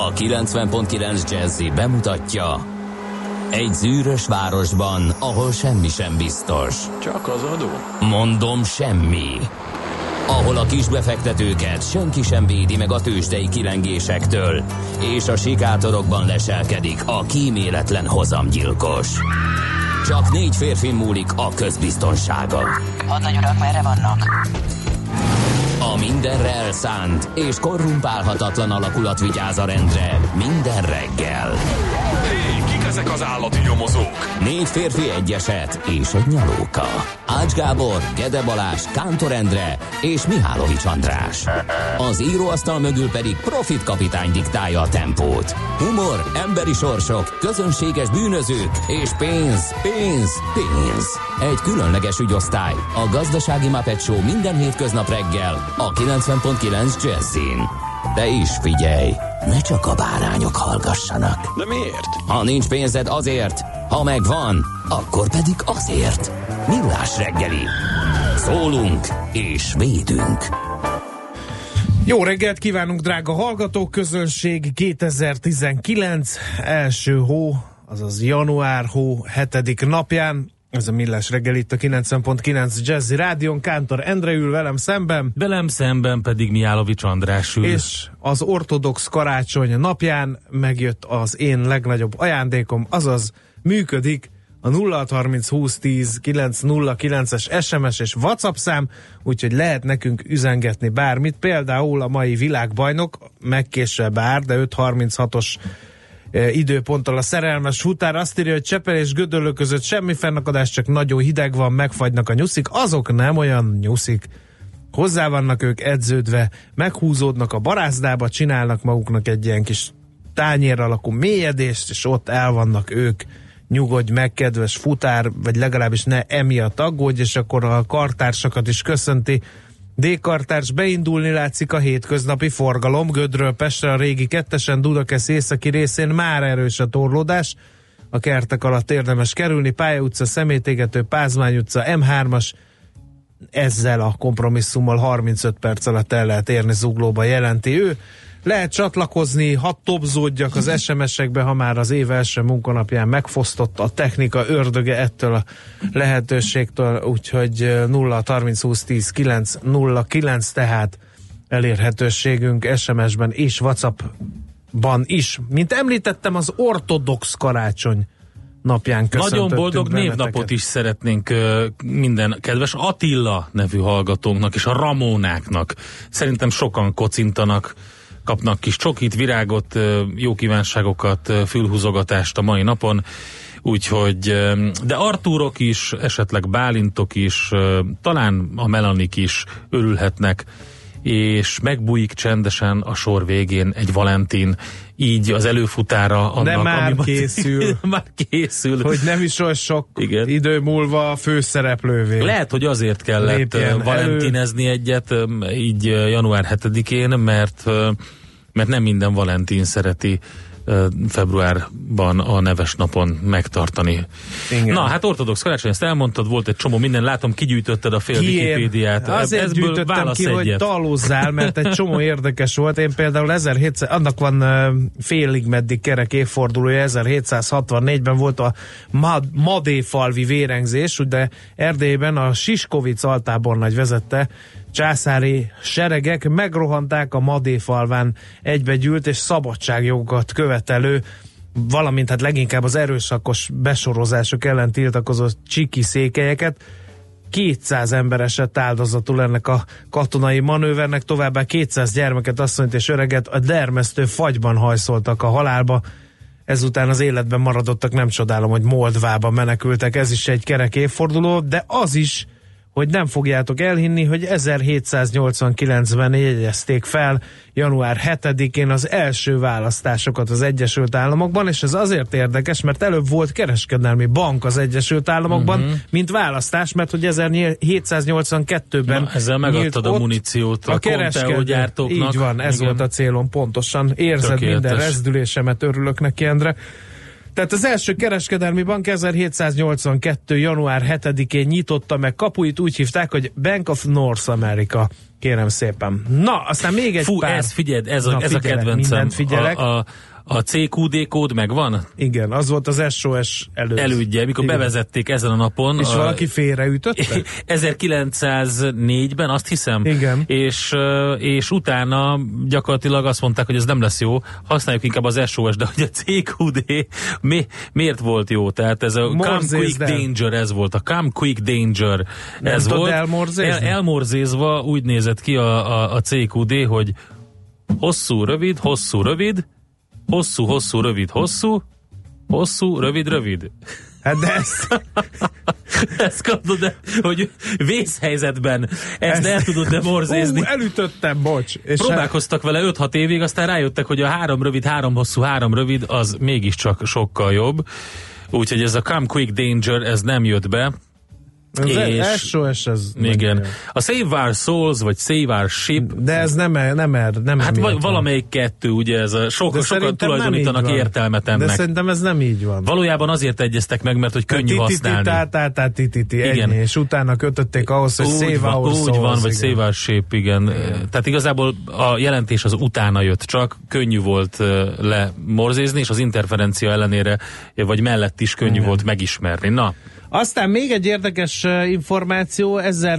A 90.9 Jazzy bemutatja: egy zűrös városban, ahol semmi sem biztos. Csak az adó? Mondom, semmi. Ahol a kisbefektetőket senki sem védi meg a tőzsdei kilengésektől, és a sikátorokban leselkedik a kíméletlen hozamgyilkos. Csak 4 férfin múlik a közbiztonsága. Hadnagy urak, merre vannak? A mindenre elszánt és korrumpálhatatlan alakulat vigyáz a rendre minden reggel. Hé, kik ezek az állati nyomozók? 4 férfi, egy eset és egy nyalóka. Ács Gábor, Gede Balázs, Kántor Endre és Mihálovics András. Az íróasztal mögül pedig Profit kapitány diktálja a tempót. Humor, emberi sorsok, közönséges bűnözők és pénz, pénz, pénz. Egy különleges ügyosztály, a Gazdasági Muppet Show minden hétköznap reggel a 90.9 Jazzin. De is figyelj, ne csak a bárányok hallgassanak. De miért? Ha nincs pénzed, azért, ha megvan, akkor pedig azért. Millás reggeli. Szólunk és védünk. Jó reggelt kívánunk, drága hallgatók, közönség. 2019 első hó, azaz január hó 7. napján. Ez a Millás reggel itt a 90.9 Jazzy Rádion. Kántor Endre ül velem szemben. Velem szemben pedig Mihálovics András ül. És az ortodox karácsony napján megjött az én legnagyobb ajándékom, azaz működik a 0630 20 10 909-es SMS és WhatsApp szám, úgyhogy lehet nekünk üzengetni bármit. Például a mai világbajnok, megkésve bár, de 5:36-os időponttal a szerelmes futár azt írja, hogy Csepel és Gödöllő között semmi fennakadás, csak nagyon hideg van, megfagynak a nyuszik. Azok nem olyan nyuszik. Hozzá vannak ők edződve, meghúzódnak a barászdába, csinálnak maguknak egy ilyen kis tányér alakú mélyedést, és ott el vannak ők. Nyugodj meg, kedves futár, vagy legalábbis ne emiatt aggódj, és akkor a kartársakat is köszönti. D-kartárs, beindulni látszik a hétköznapi forgalom. Gödről Pestre a régi 2-esen, Dudakesz északi részén már erős a torlódás. A kertek alatt érdemes kerülni. Pálya utca, Szemétégető, Pázmány utca, M3-as. Ezzel a kompromisszummal 35 perc alatt el lehet érni Zuglóba, jelenti ő. Lehet csatlakozni, hadd topzódjak az SMS-ekbe, ha már az év első munkanapján megfosztott a technika ördöge ettől a lehetőségtől, úgyhogy 0-30 20 10 909 tehát elérhetőségünk SMS-ben és WhatsApp-ban is. Mint említettem, az ortodox karácsony napján köszöntöttünk nagyon boldog benneteket. névnapot is szeretnénk minden kedves Attila nevű hallgatónknak és a Ramónáknak. Szerintem sokan kocintanak, kapnak kis csokit, virágot, jó kívánságokat, fülhúzogatást a mai napon, úgyhogy, de Artúrok is, esetleg Bálintok is, talán a Melanik is örülhetnek, és megbújik csendesen a sor végén egy Valentin, így az előfutára annak, de már készül. már készül. Hogy nem is olyan sok idő múlva főszereplővé. Lehet, hogy azért kellett valentinezni egyet, így január 7-én, mert nem minden Valentin szereti februárban a neves napon megtartani. Igen. Na, hát ortodox karácsony, ezt elmondtad, volt egy csomó minden, látom, kigyűjtötted a fél Wikipédiát. Azért gyűjtöttem ki, hogy talózzál, mert egy csomó érdekes volt. Én például 1700, annak van félig meddig kerek évfordulója, 1764-ben volt a Madéfalvi vérengzés, de Erdélyben a Siskovic altábornagy vezette császári seregek megrohanták a Madéfalván egybegyűlt és szabadságjogot követelő, valamint hát leginkább az erőszakos besorozások ellen tiltakozó csiki székelyeket. 200 ember esett áldozatul ennek a katonai manővernek, továbbá 200 gyermeket, asszonyt és öreget a dermesztő fagyban hajszoltak a halálba. Ezután az életben maradottak, nem csodálom, hogy Moldvába menekültek. Ez is egy kerek évforduló, de az is, hogy nem fogjátok elhinni, hogy 1789-ben jegyezték fel január 7-én az első választásokat az Egyesült Államokban, és ez azért érdekes, mert előbb volt kereskedelmi bank az Egyesült Államokban, mint választás, mert hogy 1782-ben ezzel megadtad a muníciót a Conteo-gyártóknak. Így van, ez volt a célom, pontosan. Érzed tökéletes. Minden rezdülésemet, örülök neki, Endre. Tehát az első kereskedelmi bank 1782. január 7-én nyitotta meg kapuit, úgy hívták, hogy Bank of North America Kérem szépen. Na, aztán még egy pár... ez figyeld, ez a kedvencem. Mindent figyelek. A CQD kód megvan? Igen, az volt az SOS elődje, mikor bevezették ezen a napon. És valaki félreütötte? 1904-ben, azt hiszem. Igen. És utána gyakorlatilag azt mondták, hogy ez nem lesz jó, használjuk inkább az SOS, de hogy a CQD miért volt jó? Tehát ez a Come Quick Danger, ez volt. A Come Quick Danger, nem ez volt. Elmorzézva úgy nézett ki a CQD, hogy hosszú, rövid, hosszú, rövid, hosszú, hosszú, rövid, hosszú, hosszú, rövid, rövid. Hát de ezt kapod, hogy vészhelyzetben ezt el tudod morzézni. Elütöttem, bocs. És próbálkoztak vele 5-6 évig, aztán rájöttek, hogy a 3 rövid, 3 hosszú, 3 rövid, az mégiscsak sokkal jobb. Úgyhogy ez a Come Quick Danger, ez nem jött be. Az SOS ez... Igen. A Save Our Souls, vagy Save Our Ship... De ez nem hát valamelyik kettő, ugye ez a sokan tulajdonítanak értelmet ennek. De szerintem ez nem így van. Valójában azért egyeztek meg, mert hogy könnyű használni. Ennyi, és utána kötötték ahhoz, hogy Save Our Souls. Úgy van, vagy Save Our Ship, igen. Tehát igazából a jelentés az utána jött csak, könnyű volt lemorzézni, és az interferencia ellenére, vagy mellett is könnyű volt megismerni. Na, aztán még egy érdekes információ,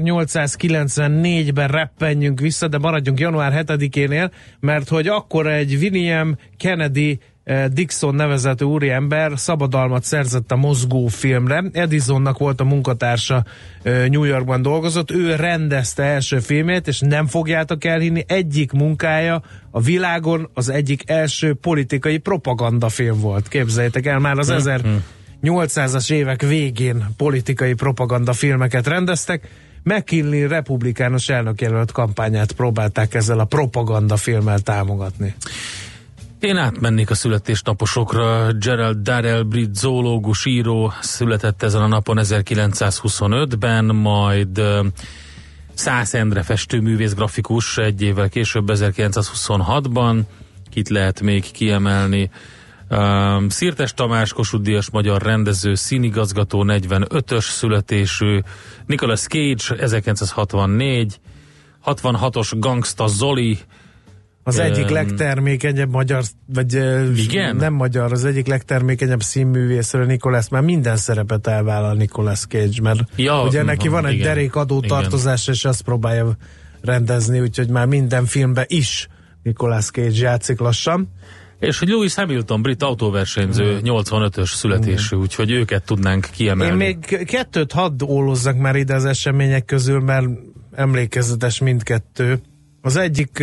1894-ben reppenjünk vissza, de maradjunk január 7-énél, mert hogy akkor egy William Kennedy Dixon nevezetű úriember szabadalmat szerzett a mozgófilmre. Edisonnak volt a munkatársa, New Yorkban dolgozott, ő rendezte első filmét, és nem fogjátok elhinni, egyik munkája a világon az egyik első politikai propagandafilm volt. Képzeljétek el, már az 1800-as évek végén politikai propaganda filmeket rendeztek. McKinley republikánus elnökjelölt kampányát próbálták ezzel a propaganda filmmel támogatni. Én átmennék a születésnaposokra. Gerald Darrell, brit zoológus, író született ezen a napon 1925-ben, majd Szász Endre festőművész, grafikus egy évvel később 1926-ban. Kit lehet még kiemelni? Szirtes Tamás, Kossuth Díjas magyar rendező, színigazgató, 45-ös születésű. Nicolas Cage, 1964. 66-os Gangsta Zoli. Az egyik legtermékenyebb magyar, vagy igen? Nem magyar, az egyik legtermékenyebb színművészről Nicolas, már minden szerepet elvállal Nicolas Cage, mert ugye neki van egy derékadó tartozás, és azt próbálja rendezni, úgyhogy már minden filmben is Nicolas Cage játszik lassan. És hogy Lewis Hamilton, brit autóversenyző, 85-ös születésű, úgyhogy őket tudnánk kiemelni. Én még kettőt hadd ólozzak már ide az események közül, mert emlékezetes mindkettő. Az egyik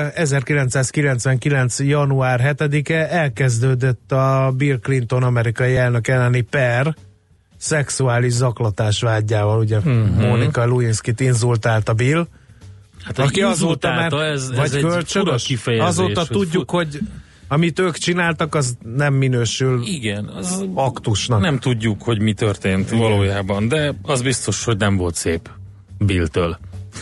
1999. január 7-e elkezdődött a Bill Clinton amerikai elnök elleni per szexuális zaklatás vágyával, ugye Monica Lewinskyt inzultálta Bill. Hát aki azóta már, vagy kölcsönös, azóta tudjuk, hogy amit ők csináltak, az nem minősül az aktusnak. Nem tudjuk, hogy mi történt valójában, de az biztos, hogy nem volt szép Billtől.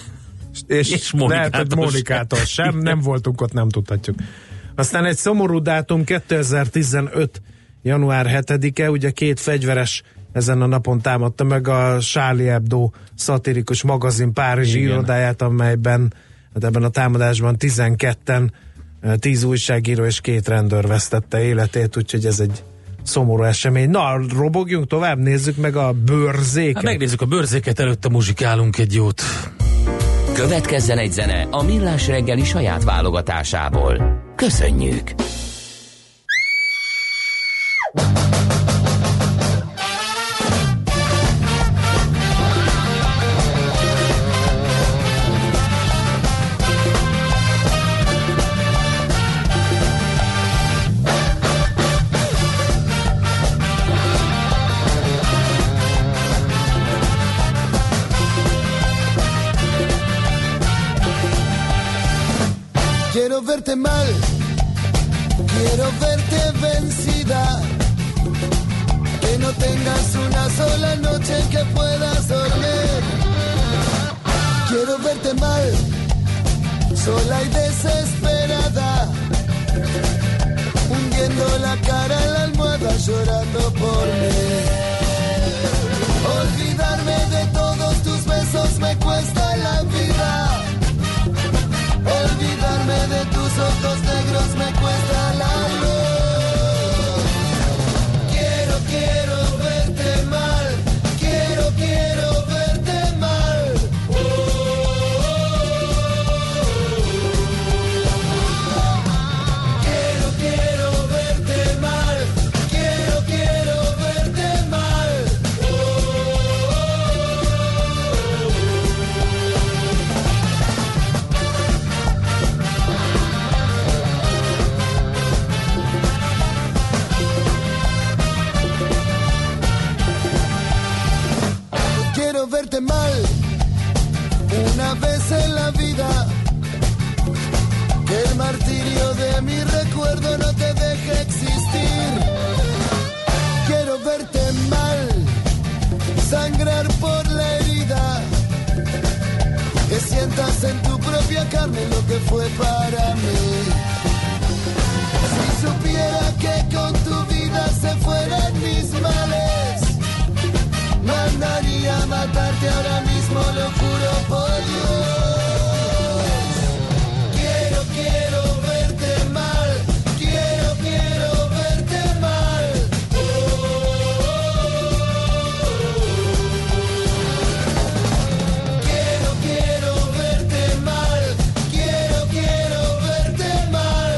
És lehet, hogy Mónikától sem, nem voltunk ott, nem tudhatjuk. Aztán egy szomorú dátum, 2015. január 7-e, ugye 2 fegyveres ezen a napon támadta meg a Charlie Hebdo szatirikus magazin párizsi irodáját, amelyben hát ebben a támadásban 12-en 10 újságíró és 2 rendőr vesztette életét, úgyhogy ez egy szomorú esemény. Na, robogjunk tovább, nézzük meg a bőrzéket. Hát megnézzük a bőrzéket, előtte muzsikálunk egy jót. Következzen egy zene a Millás reggeli saját válogatásából. Köszönjük! Quiero verte mal, quiero verte vencida, que no tengas una sola noche en que puedas dormir. Quiero verte mal, sola y desesperada, hundiendo la cara en la almohada llorando por mí. Olvidarme de todos tus besos me cuesta la vida. ojos negros me cuesta el alma. Quiero verte mal, quiero verte mal. Quiero verte mal, quiero verte mal. Quiero verte mal, una vez en la vida, que el martirio de mi recuerdo no te deje existir. Quiero verte mal, sangrar por la herida, que sientas en tu propia carne lo que fue para mí. Si supiera que con tu vida se fueran mis males, mandaría a matarte ahora mismo, lo juro por Dios. Quiero verte mal, quiero verte mal. Quiero verte mal, quiero verte mal.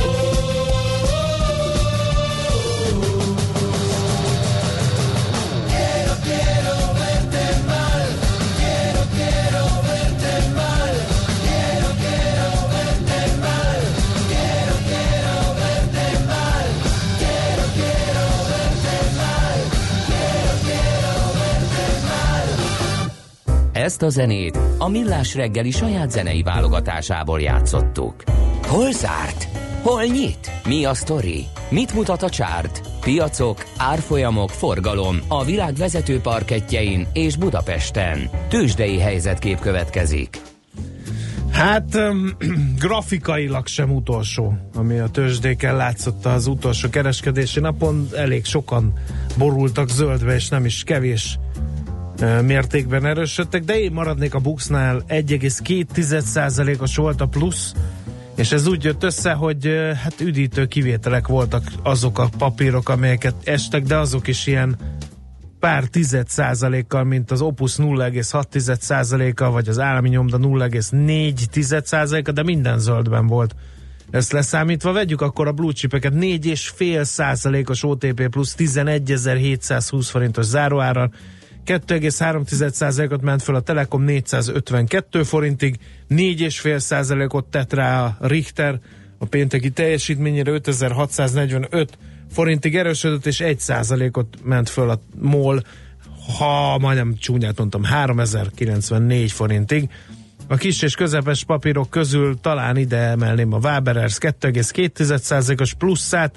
Quiero verte mal, quiero verte mal, quiero verte mal, quiero verte mal, quiero verte mal, quiero verte mal. Ezt a zenét a Millás reggeli saját zenei válogatásából játszottuk. Hol zárt? Hol nyit? Mi a sztori? Mit mutat a csárt? Piacok, árfolyamok, forgalom a világ vezető parkettjein és Budapesten. Tőzsdei helyzetkép következik. Hát grafikailag sem utolsó, ami a tőzsdéken látszott az utolsó kereskedési napon. Elég sokan borultak zöldbe, és nem is kevés mértékben erősödtek, de én maradnék a Buxnál, 1,2%-os volt a plusz, és ez úgy jött össze, hogy hát üdítő kivételek voltak azok a papírok, amelyeket estek, de azok is ilyen pár 10%-kal, mint az Opus 0,6%-a, vagy az állami nyomda 0,4%-a, de minden zöldben volt. Ezt leszámítva vegyük akkor a blue chipeket, 4,5%-os OTP plusz 11.720 forintos záróárral, 2,3%-ot ment föl a Telekom 452 forintig, 4,5%-ot tett rá a Richter a pénteki teljesítményére, 5645 forintig erősödött, és 1%-ot ment föl a MOL, ha majdnem csúnyát mondtam, 3094 forintig. A kis és közepes papírok közül talán ide emelném a Waberers 2,2%-os pluszát,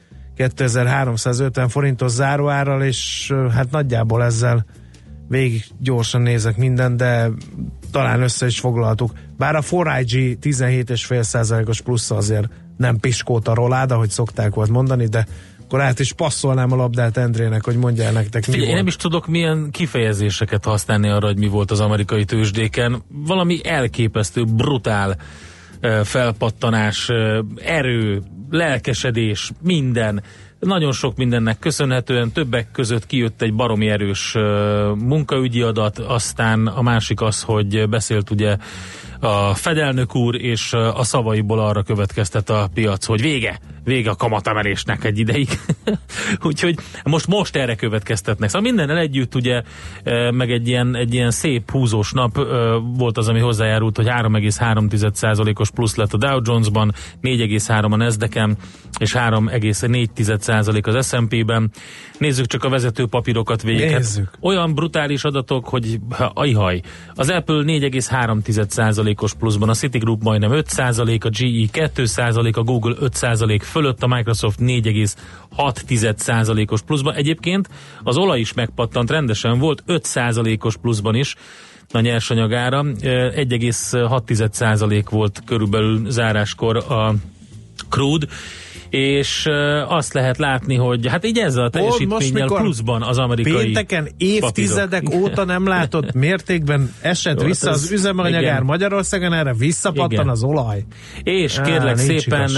2350 forintos záróárral, és hát nagyjából ezzel végig gyorsan nézek minden, de talán össze is foglaltuk. Bár a 4IG 17,5%-os plusz azért nem piskót a rolád, ahogy szokták volt mondani, de akkor át is passzolnám a labdát Endrének, hogy mondja el nektek, mi volt. Én nem is tudok milyen kifejezéseket használni arra, hogy mi volt az amerikai tőzsdéken. Valami elképesztő, brutál felpattanás, erő, lelkesedés, minden. Nagyon sok mindennek köszönhetően, többek között kijött egy baromi erős munkaügyi adat, aztán a másik az, hogy beszélt ugye a fedelnök úr, és a szavaiból arra következtet a piac, hogy vége a kamatemelésnek egy ideig. Úgyhogy most erre következtetnek. Szóval mindennel együtt ugye, meg egy ilyen szép húzós nap volt az, ami hozzájárult, hogy 3,3%-os plusz lett a Dow Jonesban, 4,3 a Nasdaqen, és 3,4% az S&P-ben. Nézzük csak a vezető papírokat végig. Hát olyan brutális adatok, hogy ajhaj. Az Apple 4,3%-os pluszban, a Citigroup majdnem 5%, a GE 2%, a Google 5% fölött, a Microsoft 4,6%-os pluszban. Egyébként az olaj is megpattant, rendesen volt 5%-os pluszban is a nyersanyagára, 1,6% volt körülbelül záráskor crude, és azt lehet látni, hogy hát így ezzel a teljesítménnyel pluszban az amerikai pénteken évtizedek papírok. óta nem látott mértékben esett vissza az üzemanyagár Magyarországon, erre visszapattan az olaj. És kérlek szépen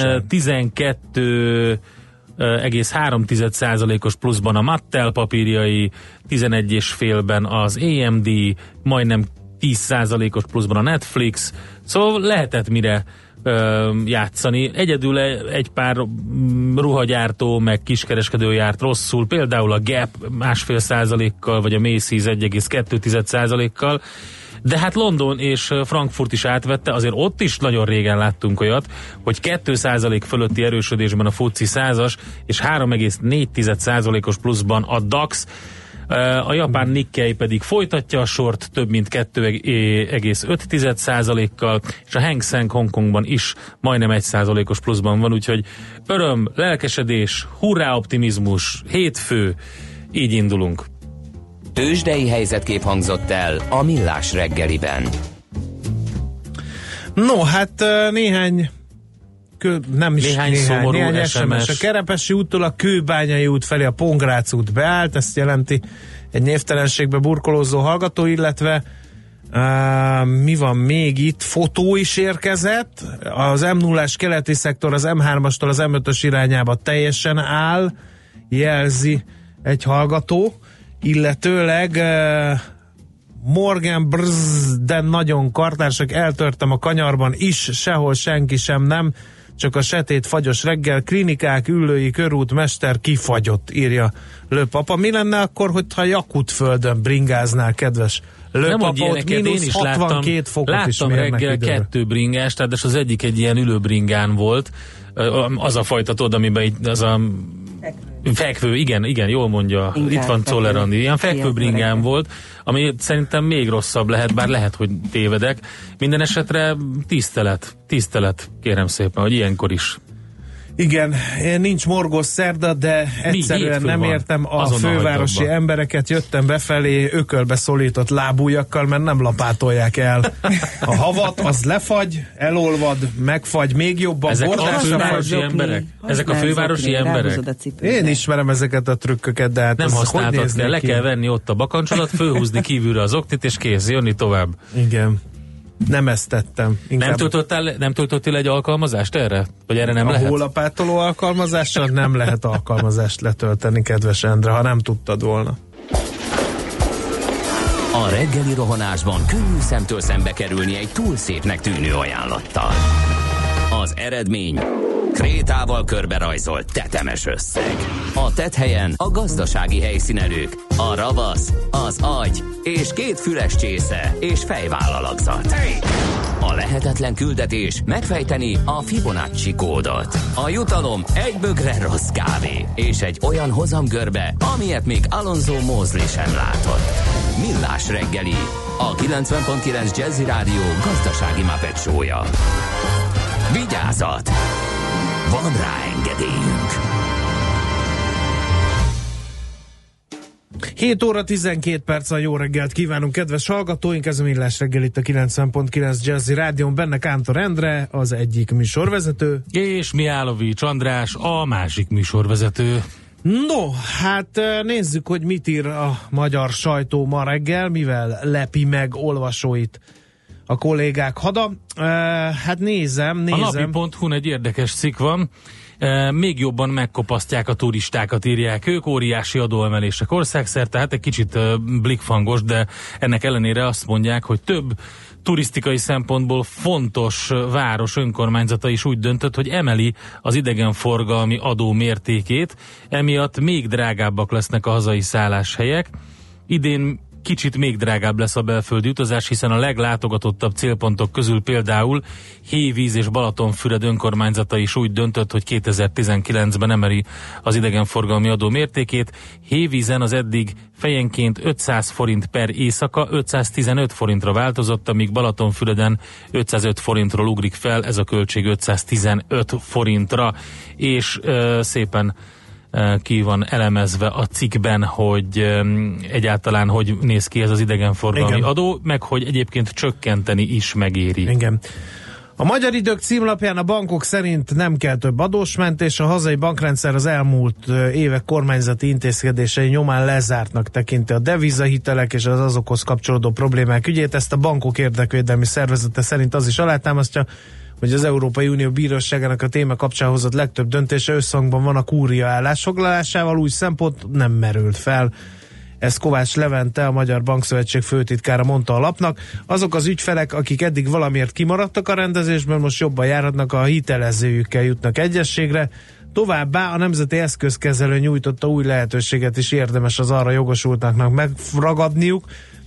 12,3%-os pluszban a Mattel papírjai, 11,5-ben az AMD, majdnem 10%-os pluszban a Netflix, szóval lehetett mire játszani. Egyedül egy pár ruhagyártó meg kiskereskedő járt rosszul, például a Gap 1,5%-kal, vagy a Macy's 1,2%-kal, de hát London és Frankfurt is átvette, azért ott is nagyon régen láttunk olyat, hogy 2% fölötti erősödésben a FTSE 100-as, és 3,4%-os pluszban a DAX, a japán Nikkei pedig folytatja a sort több mint 2,5%-kal, és a Hang Seng Hongkongban is majdnem 1%-os pluszban van, úgyhogy öröm, lelkesedés, hurrá optimizmus, hétfő, így indulunk. Tőzsdei helyzetkép hangzott el a Millás reggeliben. No, hát néhány szomorú SMS. A Kerepesi úttól a Kőbányai út felé a Pongrác út beállt, ezt jelenti egy névtelenségbe burkolózó hallgató, illetve mi van még itt? Fotó is érkezett. Az M0-ás keleti szektor az M3-astól az M5-ös irányába teljesen áll, jelzi egy hallgató, illetőleg Morgan de nagyon kartársak, eltörtem a kanyarban is, sehol senki sem nem, csak a setét fagyos reggel, klinikák, Üllői körút, mester kifagyott, írja Lőpapa. Mi lenne akkor, hogyha Jakutföldön bringáznál, kedves Lőpapa, ott mínusz 62 fokot is mérnek reggel időre. 2 bringást, tehát az egyik egy ilyen ülőbringán volt, az a fajta, tudod, amiben az a fekvő, igen, jól mondja, inkább itt van Czoller Andi, ilyen fekvőbringán volt, ami szerintem még rosszabb lehet, bár lehet, hogy tévedek. Minden esetre tisztelet, kérem szépen, hogy ilyenkor is. Igen, nincs morgós szerda, de egyszerűen nem értem a fővárosi embereket, jöttem befelé ökölbe szólított lábújakkal, mert nem lapátolják el a havat, az lefagy, elolvad, megfagy, még jobban. Ezek a fővárosi emberek? Ezek a fővárosi emberek? Én ismerem ezeket a trükköket, de hát nem használtat kell, le kell venni ott a bakancsolat, fölhúzni kívülre az oktit, és kész, jönni tovább. Igen. Nem ezt tettem. Nem töltöttél egy alkalmazást erre? Vagy erre nem lehet? A hólapátoló alkalmazással nem lehet alkalmazást letölteni, kedves Endre, ha nem tudtad volna. A reggeli rohanásban könnyű szemtől szembe kerülni egy túl szépnek tűnő ajánlattal. Az eredmény krétával körberajzolt tetemes összeg. A tetthelyen a gazdasági helyszínelők, a ravasz, az agy és 2 füles csésze és fejvállalakzat. A lehetetlen küldetés megfejteni a Fibonacci kódot. A jutalom egy bögre rossz kávé és egy olyan hozamgörbe, amilyet még Alonso Mosley sem látott. Millás reggeli, a 90.9 Jazzy Rádió gazdasági Muppet show-ja. Vigyázat! Van rá engedélyünk. 7 óra 12 perc, a jó reggelt kívánunk, kedves hallgatóink, ez a Millás reggel itt a 90.9 Jazzy Rádión, benne Kántor Endre, az egyik műsorvezető. És Mihálovics András, a másik műsorvezető. No, hát nézzük, hogy mit ír a magyar sajtó ma reggel, mivel lepi meg olvasóit a kollégák hada. Hát nézem. A napi.hu-n egy érdekes cikk van. Még jobban megkopasztják a turistákat, írják ők, óriási adóemelések országszerte, hát egy kicsit blikfangos, de ennek ellenére azt mondják, hogy több turisztikai szempontból fontos város önkormányzata is úgy döntött, hogy emeli az idegenforgalmi adó mértékét, emiatt még drágábbak lesznek a hazai szálláshelyek. Idén kicsit még drágább lesz a belföldi utazás, hiszen a leglátogatottabb célpontok közül például Hévíz és Balatonfüred önkormányzata is úgy döntött, hogy 2019-ben emeli az idegenforgalmi adó mértékét. Hévízen az eddig fejenként 500 forint per éjszaka 515 forintra változott, amíg Balatonfüreden 505 forintról ugrik fel, ez a költség 515 forintra, és szépen ki van elemezve a cikkben, hogy egyáltalán hogy néz ki ez az idegenforgalmi adó, meg hogy egyébként csökkenteni is megéri. Igen. A Magyar Idők címlapján a bankok szerint nem kell több adósmentés, a hazai bankrendszer az elmúlt évek kormányzati intézkedései nyomán lezártnak tekinti a devizahitelek és az azokhoz kapcsolódó problémák ügyét. Ezt a bankok érdekvédelmi szervezete szerint az is alátámasztja, hogy az Európai Unió Bíróságának a téma kapcsán hozott legtöbb döntése összhangban van a kúria állásfoglalásával, új szempont nem merült fel. Ez Kovács Levente, a Magyar Bankszövetség főtitkára mondta a lapnak. Azok az ügyfelek, akik eddig valamiért kimaradtak a rendezésben, most jobban járhatnak, a hitelezőjükkel jutnak egyességre. Továbbá a Nemzeti Eszközkezelő nyújtotta új lehetőséget is, érdemes az arra jogosultaknak megragadniuk,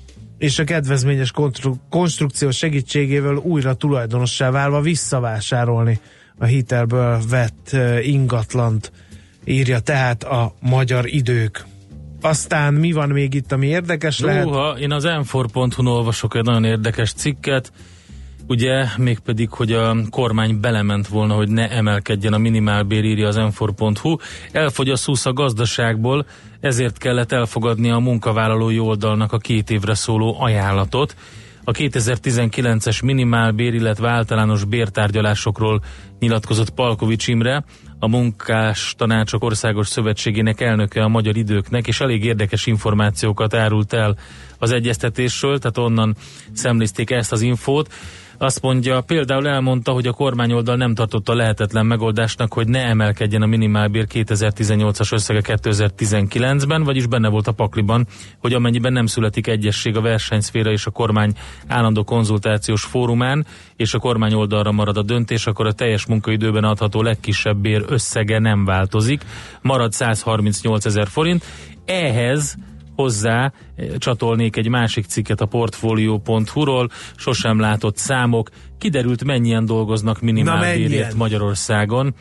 és a kedvezményes konstrukció segítségével újra tulajdonossá válva visszavásárolni a hitelből vett ingatlant, írja tehát a Magyar Idők. Aztán mi van még itt, ami érdekes lehet? Én az m4.hu-n olvasok egy nagyon érdekes cikket, ugye, mégpedig, hogy a kormány belement volna, hogy ne emelkedjen a minimálbér, írja az m4.hu. Elfogy a szusz a gazdaságból, ezért kellett elfogadni a munkavállalói oldalnak a 2 évre szóló ajánlatot. A 2019-es minimálbér, illetve általános bértárgyalásokról nyilatkozott Palkovics Imre, a Munkás Tanácsok Országos Szövetségének elnöke a Magyar Időknek, és elég érdekes információkat árult el az egyeztetésről, tehát onnan szemlézték ezt az infót. Azt mondja, például elmondta, hogy a kormányoldal nem tartotta lehetetlen megoldásnak, hogy ne emelkedjen a minimálbér 2018-as összege 2019-ben, vagyis benne volt a pakliban, hogy amennyiben nem születik egyesség a versenyszféra és a kormány állandó konzultációs fórumán, és a kormány oldalra marad a döntés, akkor a teljes munkaidőben adható legkisebb bér összege nem változik, marad 138 000 forint. Ehhez hozzá csatolnék egy másik cikket a Portfolio.hu-ról, sosem látott számok, kiderült mennyien dolgoznak minimálbérért Magyarországon.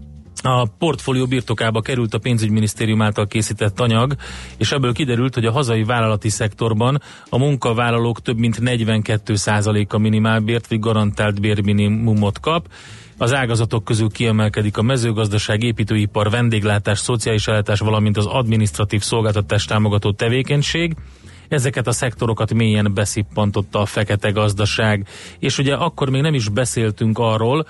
A Portfolio birtokába került a pénzügyminisztérium által készített anyag, és ebből kiderült, hogy a hazai vállalati szektorban a munkavállalók több mint 42%-a minimálbért vagy garantált bérminimumot kap. Az ágazatok közül kiemelkedik a mezőgazdaság, építőipar, vendéglátás, szociális ellátás, valamint az adminisztratív szolgáltatás támogató tevékenység. Ezeket a szektorokat mélyen beszippantotta a fekete gazdaság. És ugye akkor még nem is beszéltünk arról,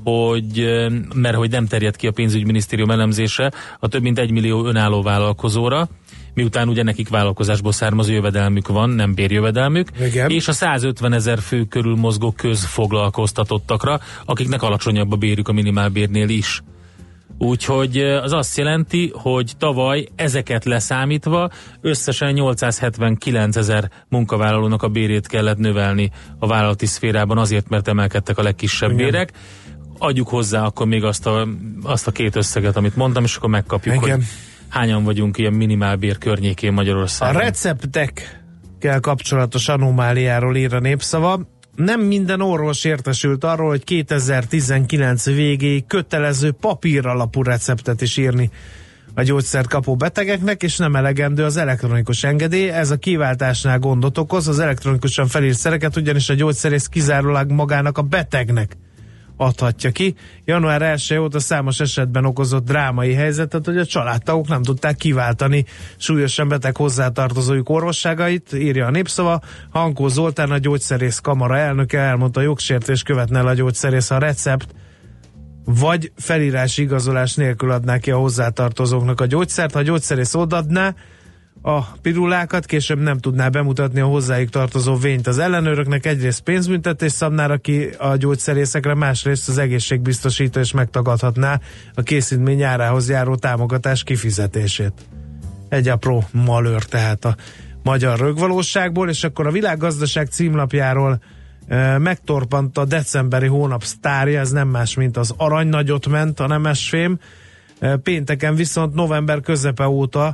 mert hogy nem terjed ki a pénzügyminisztérium elemzése a több mint 1 millió önálló vállalkozóra, miután ugye nekik vállalkozásból származó jövedelmük van, nem bérjövedelmük, igen, és a 150 000 fő körül mozgó közfoglalkoztatottakra, akiknek alacsonyabb a bérük a minimálbérnél is. Úgyhogy az azt jelenti, hogy tavaly ezeket leszámítva összesen 879 000 munkavállalónak a bérét kellett növelni a vállalati szférában azért, mert emelkedtek a legkisebb bérek. Adjuk hozzá akkor még azt a két összeget, amit mondtam, és akkor megkapjuk, igen, hogy hányan vagyunk ilyen minimálbér környékén Magyarországon. A receptekkel kapcsolatos anomáliáról ír a Népszava. Nem minden orvos értesült arról, hogy 2019 végéig kötelező papíralapú receptet is írni a gyógyszert kapó betegeknek, és nem elegendő az elektronikus engedély. Ez a kiváltásnál gondot okoz, az elektronikusan felírt szereket ugyanis a gyógyszerész kizárólag magának a betegnek adhatja ki. Január 1 óta számos esetben okozott drámai helyzetet, hogy a családtagok nem tudták kiváltani súlyosan beteg hozzátartozójuk orvosságait, írja a Népszava. Hankó Zoltán, a gyógyszerész kamara elnöke elmondta, a jogsértés követne el a gyógyszerész, a recept vagy felírási igazolás nélkül adná ki a hozzátartozóknak a gyógyszert. Ha a gyógyszerész odaadná a pirulákat, később nem tudná bemutatni a hozzájuk tartozó vényt az ellenőröknek, egyrészt pénzbüntetés szabnára ki a gyógyszerészekre, másrészt az egészségbiztosító is megtagadhatná a készítmény árához járó támogatás kifizetését. Egy apró malőr tehát a magyar rögvalóságból. És akkor a Világgazdaság címlapjáról megtorpant a decemberi hónap sztárja, ez nem más, mint az arany nagyot ment, a nemesfém. Pénteken viszont november közepe óta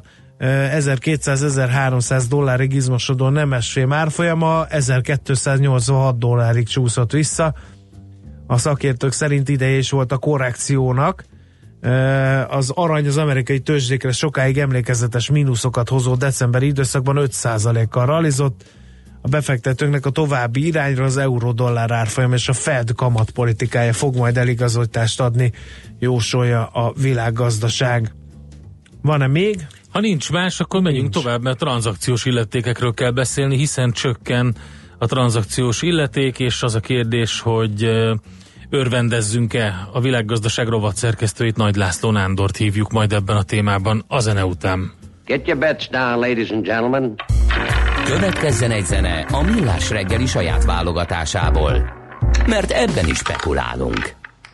$1200-1300 izmosodó nemesfém árfolyama $1286 csúszott vissza. A szakértők szerint ideje is volt a korrekciónak. Az arany az amerikai tőzsdékre sokáig emlékezetes mínuszokat hozó decemberi időszakban 5%-kal rallizott. A befektetőknek a további irányra az euró-dollár árfolyam és a Fed kamatpolitikája fog majd eligazoltást adni, jósolja a Világgazdaság. Van-e még? Ha nincs más, akkor menjünk tovább, mert tranzakciós illetékekről kell beszélni, hiszen csökken a tranzakciós illeték, és az a kérdés, hogy örvendezzünk-e? A Világgazdaság rovat szerkesztőjét, Nagy László Nándort hívjuk majd ebben a témában a zene után. Get your bets down, ladies and gentlemen. Következzen egy zene a Millás reggeli saját válogatásából, mert ebben is spekulálunk.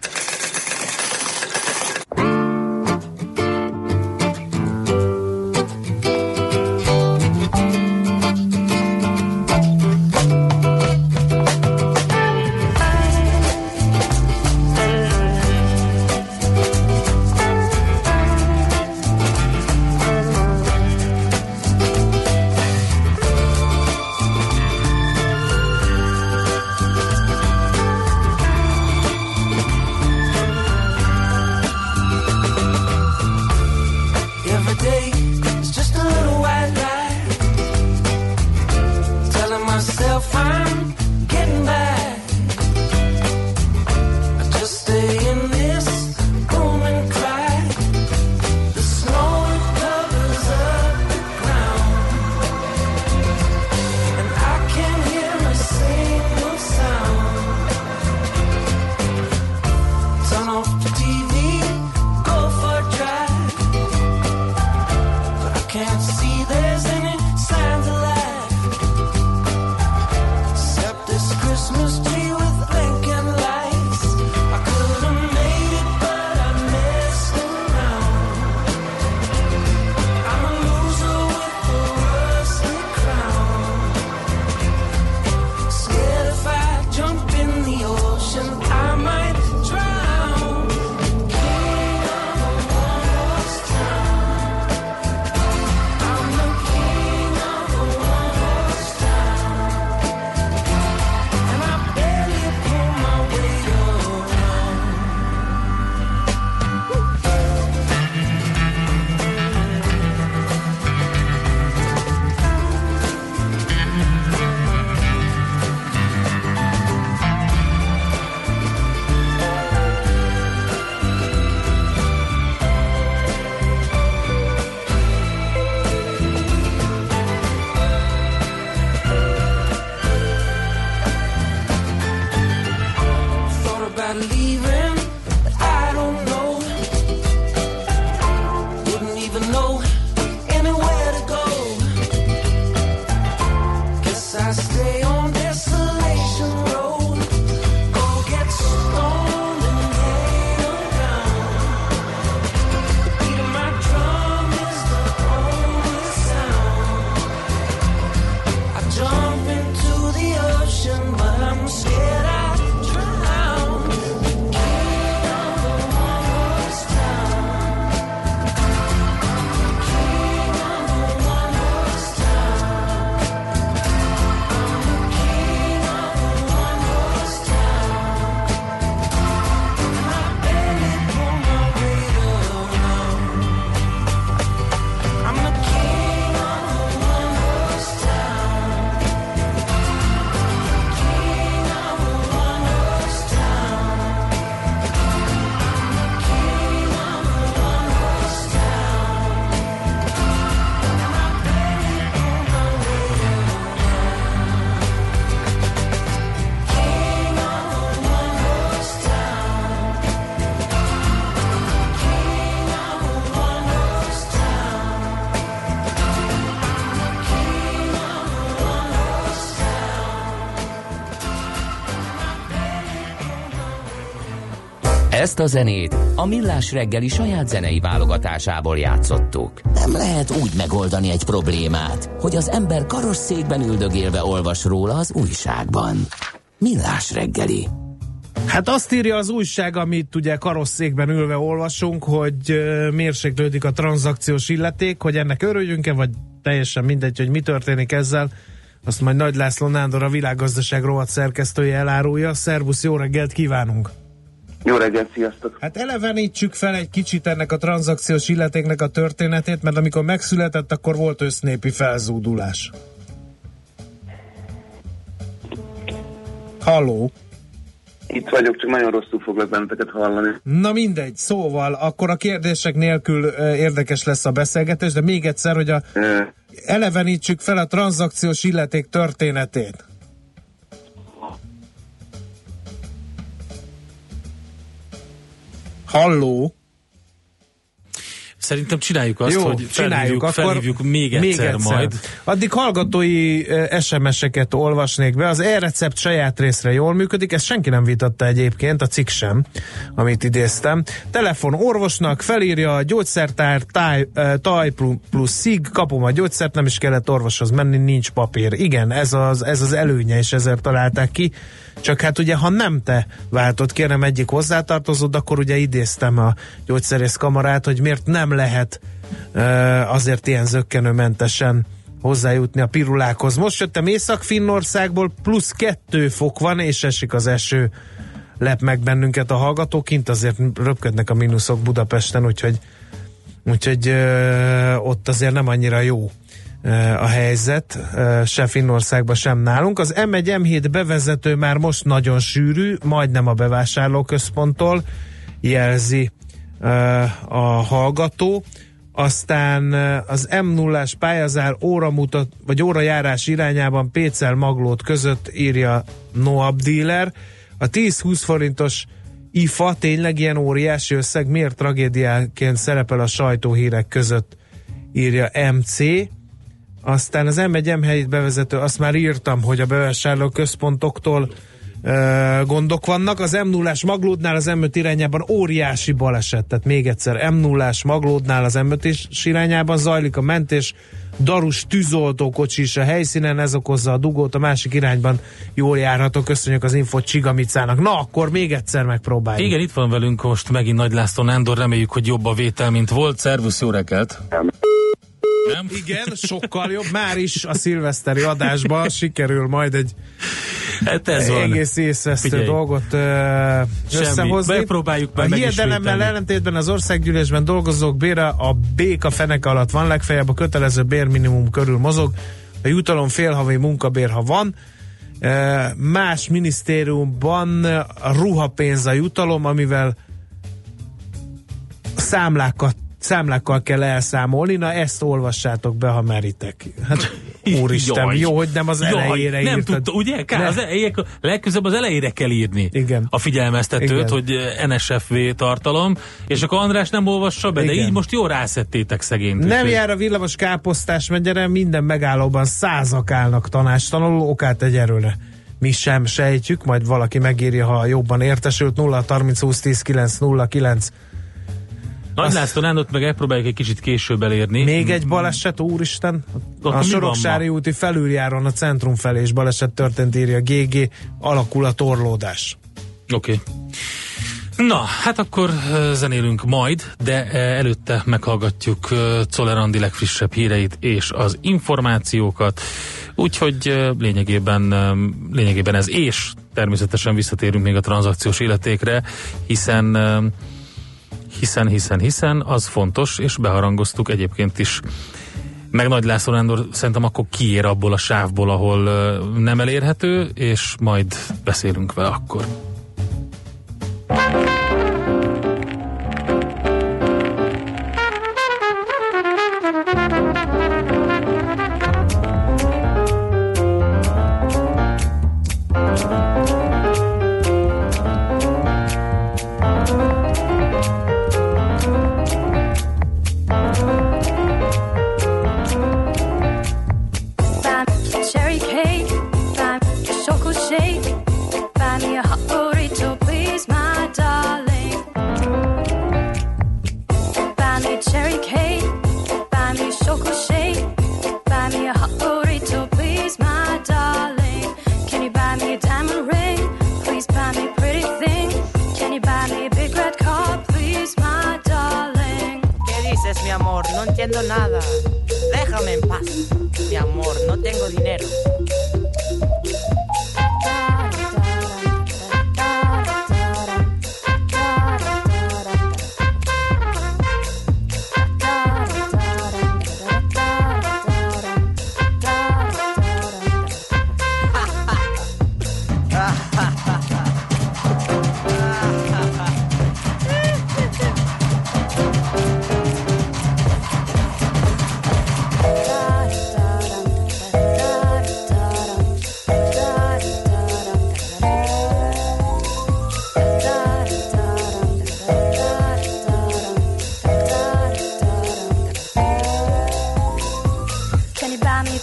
Ezt a zenét a Millás reggeli saját zenei válogatásából játszottuk. Nem lehet úgy megoldani egy problémát, hogy az ember karosszékben üldögélve olvas róla az újságban. Millás reggeli. Hát azt írja az újság, amit ugye karosszékben ülve olvasunk, hogy mérséklődik a tranzakciós illeték, hogy ennek örüljünk-e, vagy teljesen mindegy, hogy mi történik ezzel. Azt majd Nagy László Nándor, a Világgazdaság rovat szerkesztője elárulja. Szervusz, jó reggelt kívánunk! Jó reggelt, sziasztok! Hát elevenítsük fel egy kicsit ennek a tranzakciós illetéknek a történetét, mert amikor megszületett, akkor volt össznépi felzúdulás. Halló! Itt vagyok, csak nagyon rosszul foglak benneteket hallani. Na mindegy, szóval akkor a kérdések nélkül érdekes lesz a beszélgetés, de még egyszer, hogy elevenítsük fel a tranzakciós illeték történetét. Halló? Szerintem csináljuk azt, jó, hogy felhívjuk még egyszer majd. Addig hallgatói SMS-eket olvasnék be. Az e-recept saját részre jól működik, ezt senki nem vitatta egyébként, a cikk sem, amit idéztem. Telefon orvosnak, felírja a gyógyszertár, taj plusz szig, kapom a gyógyszert, nem is kellett orvoshoz menni, nincs papír. Igen, ez az előnye, és ezért találták ki. Csak hát ugye, ha nem te váltod, kérem egyik hozzátartozód, akkor ugye idéztem a gyógyszerészkamarát, hogy miért nem lehet azért ilyen zökkenőmentesen hozzájutni a pirulákhoz. Most jöttem Észak-Finnországból, +2 fok van, és esik az eső, lep meg bennünket a hallgatók, kint azért röpködnek a mínuszok Budapesten, úgyhogy ott azért nem annyira jó a helyzet, se Finnországban, sem nálunk. Az M1, M7 bevezető már most nagyon sűrű, majdnem a bevásárlóközponttól, jelzi a hallgató. Aztán az M0-ás pályazár óramutat, vagy órajárás irányában Pécel-Maglód között, írja Noab Dealer. A 10-20 forintos IFA tényleg ilyen óriási összeg, miért tragédiáként szerepel a sajtóhírek között, írja MC. Aztán az M1, M7 bevezető, azt már írtam, hogy a bevásárlóközpontoktól gondok vannak. Az M0-ás Maglódnál az M5 irányában óriási baleset, tehát még egyszer, M0-ás Maglódnál az M5 irányában zajlik a mentés, darus tűzoltókocsi is a helyszínen, ez okozza a dugót, a másik irányban jól járható. Köszönjük az infót Csigamicának. Na, akkor még egyszer megpróbáljuk. Igen, itt van velünk most megint Nagy László Nándor, reméljük, hogy jobb a vétel, mint volt. Szervusz, jó reggelt! Nem? Igen, sokkal jobb. Már is a szilveszteri adásban sikerül majd egy egész észvesztő dolgot összehozni. Megpróbáljuk meg a hiedelemmel ellentétben az országgyűlésben dolgozók bére a béka feneke alatt van, legfeljebb a kötelező bérminimum körül mozog, a jutalom félhavi munkabér, ha van. Más minisztériumban a ruhapénz a jutalom, amivel számlákkal kell elszámolni, na ezt olvassátok be, ha meritek. Hát úristen, jó, hogy nem az elejére nem írtad. Tudta, ugye? Legközelebb az elejére kell írni. Igen. A figyelmeztetőt, igen, hogy NSFV tartalom, és akkor András nem olvassa be, igen, de így most jól rászettétek szegényt. Nem jár a villamos káposztás megyere, minden megállóban 100-ak állnak tanácstanuló, okát egy erőre. Mi sem sejtjük, majd valaki megírja, ha jobban értesült. 0-30 20 10 909. Nagy László Nándort meg elpróbáljuk egy kicsit később elérni. Még egy baleset, úristen. A Soroksári úti felüljáron a centrum felé is baleset történt, írja GG, alakul a torlódás. Oké. Na, hát akkor zenélünk majd, de előtte meghallgatjuk Czoller Andi legfrissebb híreit és az információkat. Úgyhogy lényegében ez, és természetesen visszatérünk még a tranzakciós illetékre, hiszen az fontos, és beharangoztuk egyébként is. Meg Nagy László Nándor szerintem akkor kiér abból a sávból, ahol nem elérhető, és majd beszélünk vele akkor.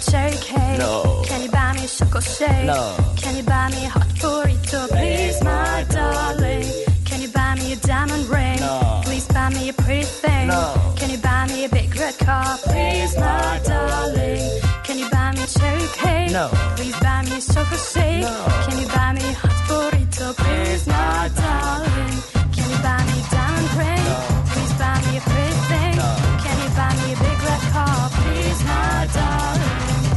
cherry cake? No. Can you buy me a chocolate shake? No. Can you buy me a hot burrito? Please, my darling. Can you buy me a diamond ring? No. Please buy me a pretty thing. No. Can you buy me a big red car? Please, my darling. Can you buy me a cherry cake? No. Please buy me a chocolate shake. No. Can you buy me a hot burrito? Please, my darling. Can you buy me a diamond ring? No. Please buy me a pretty thing. No. Can you buy me a big red car? Please, my darling.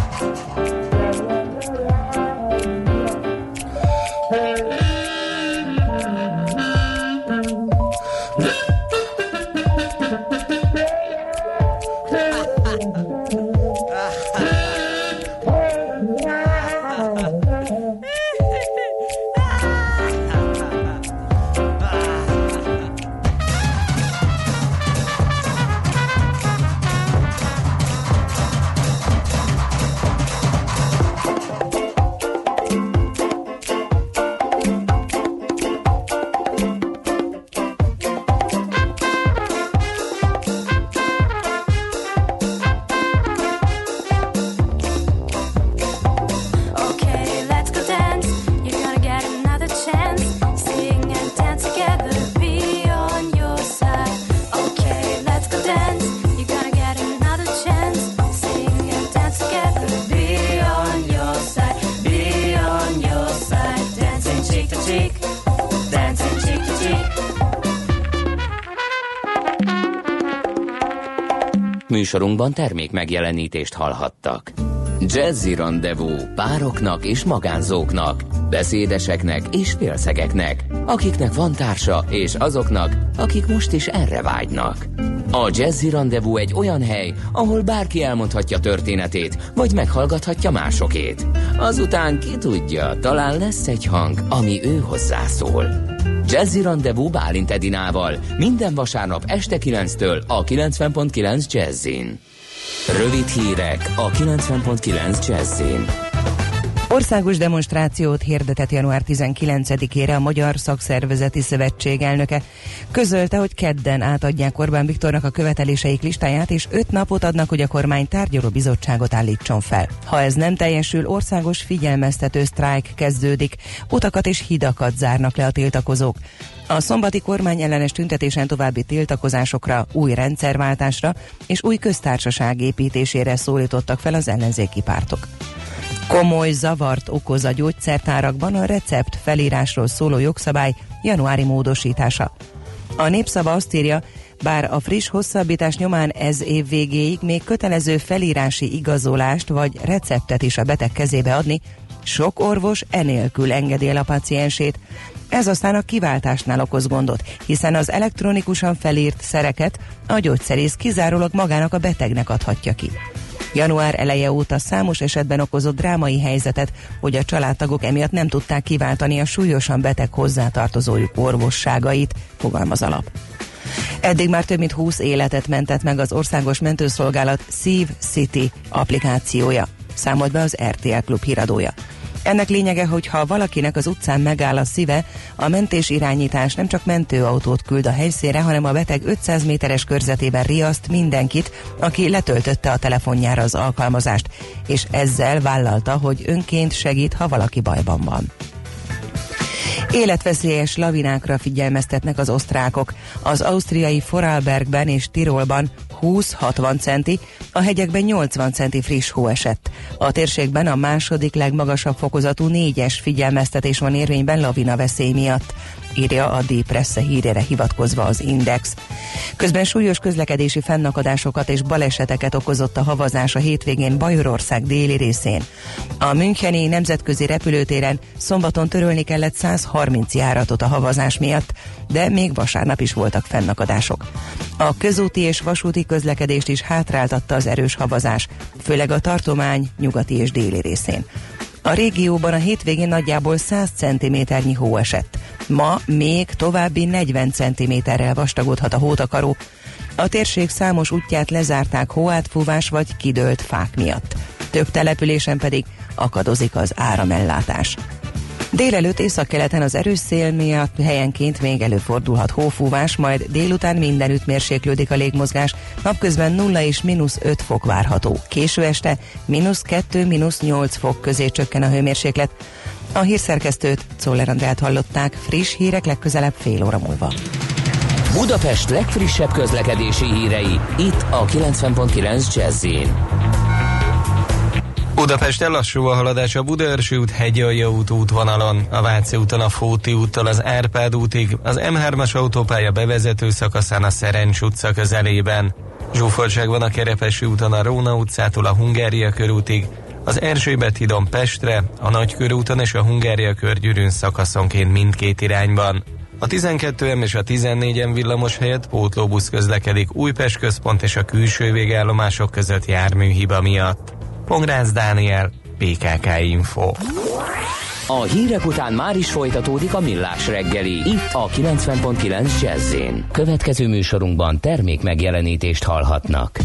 Műsorunkban termék megjelenítést hallhattak. Jazzy Rendezvous pároknak és magánzóknak, beszédeseknek és félszegeknek, akiknek van társa és azoknak, akik most is erre vágynak. A Jazzy Rendezvous egy olyan hely, ahol bárki elmondhatja történetét, vagy meghallgathatja másokét. Azután ki tudja, talán lesz egy hang, ami ő hozzászól. Jazzy Rendezvous Bálint Edinával minden vasárnap este 9-től a 90.9 Jazzin. Rövid hírek a 90.9 Jazzin. Országos demonstrációt hirdetett január 19-ére a Magyar Szakszervezeti Szövetség elnöke. Közölte, hogy kedden átadják Orbán Viktornak a követeléseik listáját, és 5 napot adnak, hogy a kormány tárgyaló bizottságot állítson fel. Ha ez nem teljesül, országos figyelmeztető sztrájk kezdődik. Utakat és hidakat zárnak le a tiltakozók. A szombati kormány ellenes tüntetésen további tiltakozásokra, új rendszerváltásra és új köztársaság építésére szólítottak fel az ellenzéki pártok. Komoly zavart okoz a gyógyszertárakban a recept felírásról szóló jogszabály januári módosítása. A Népszava azt írja, bár a friss hosszabbítás nyomán ez év végéig még kötelező felírási igazolást vagy receptet is a beteg kezébe adni, sok orvos enélkül engedi el a paciensét. Ez aztán a kiváltásnál okoz gondot, hiszen az elektronikusan felírt szereket a gyógyszerész kizárólag magának a betegnek adhatja ki. Január eleje óta számos esetben okozott drámai helyzetet, hogy a családtagok emiatt nem tudták kiváltani a súlyosan beteg hozzátartozójuk orvosságait, fogalmaz a lap. Eddig már több mint 20 életet mentett meg az Országos Mentőszolgálat Szív City applikációja, számolt be az RTL Klub híradója. Ennek lényege, hogy ha valakinek az utcán megáll a szíve, a mentés irányítás nem csak mentőautót küld a helyszínre, hanem a beteg 500 méteres körzetében riaszt mindenkit, aki letöltötte a telefonjára az alkalmazást, és ezzel vállalta, hogy önként segít, ha valaki bajban van. Életveszélyes lavinákra figyelmeztetnek az osztrákok. Az ausztriai Vorarlbergben és Tirolban 20-60 centi, a hegyekben 80 centi friss hó esett. A térségben a második legmagasabb fokozatú 4-es figyelmeztetés van érvényben lavina veszély miatt, írja a Die Presse hírére hivatkozva az Index. Közben súlyos közlekedési fennakadásokat és baleseteket okozott a havazás a hétvégén Bajorország déli részén. A müncheni nemzetközi repülőtéren szombaton törölni kellett 130 járatot a havazás miatt, de még vasárnap is voltak fennakadások. A közúti és vasúti közlekedést is hátráltatta az erős havazás, főleg a tartomány nyugati és déli részén. A régióban a hétvégén nagyjából 100 cm-nyi hó esett. Ma még további 40 cm-rel vastagodhat a hótakaró. A térség számos útját lezárták hóátfúvás vagy kidőlt fák miatt. Több településen pedig akadozik az áramellátás. Délelőtt északkeleten az erős szél miatt helyenként még előfordulhat hófúvás, majd délután mindenütt mérséklődik a légmozgás, napközben 0 és -5 fok várható. Késő este -2, -8 fok közé csökken a hőmérséklet. A hírszerkesztőt, Czoller Andrát hallották, friss hírek legközelebb fél óra múlva. Budapest legfrissebb közlekedési hírei, itt a 90.9 Jazz-in. Budapesten lassú a haladás a Budaörsi út Hegyalja út útvonalon, a Váci úton a Fóti úttól az Árpád útig, az M3-as autópálya bevezető szakaszán a Szerencs utca közelében. Zsúfoltság van a Kerepesi úton a Róna utcától a Hungária körútig, az Erzsébet hídon Pestre, a Nagykörúton és a Hungária körgyűrűn szakaszonként mindkét irányban. A 12M és a 14M villamos helyett pótlóbusz közlekedik Újpest központ és a külső végállomások között járműhiba miatt. Pongrácz Dániel, PKK Info. A hírek után már is folytatódik a Millás reggeli, itt a 90.9 Jazz-in. Következő műsorunkban termék megjelenítést hallhatnak.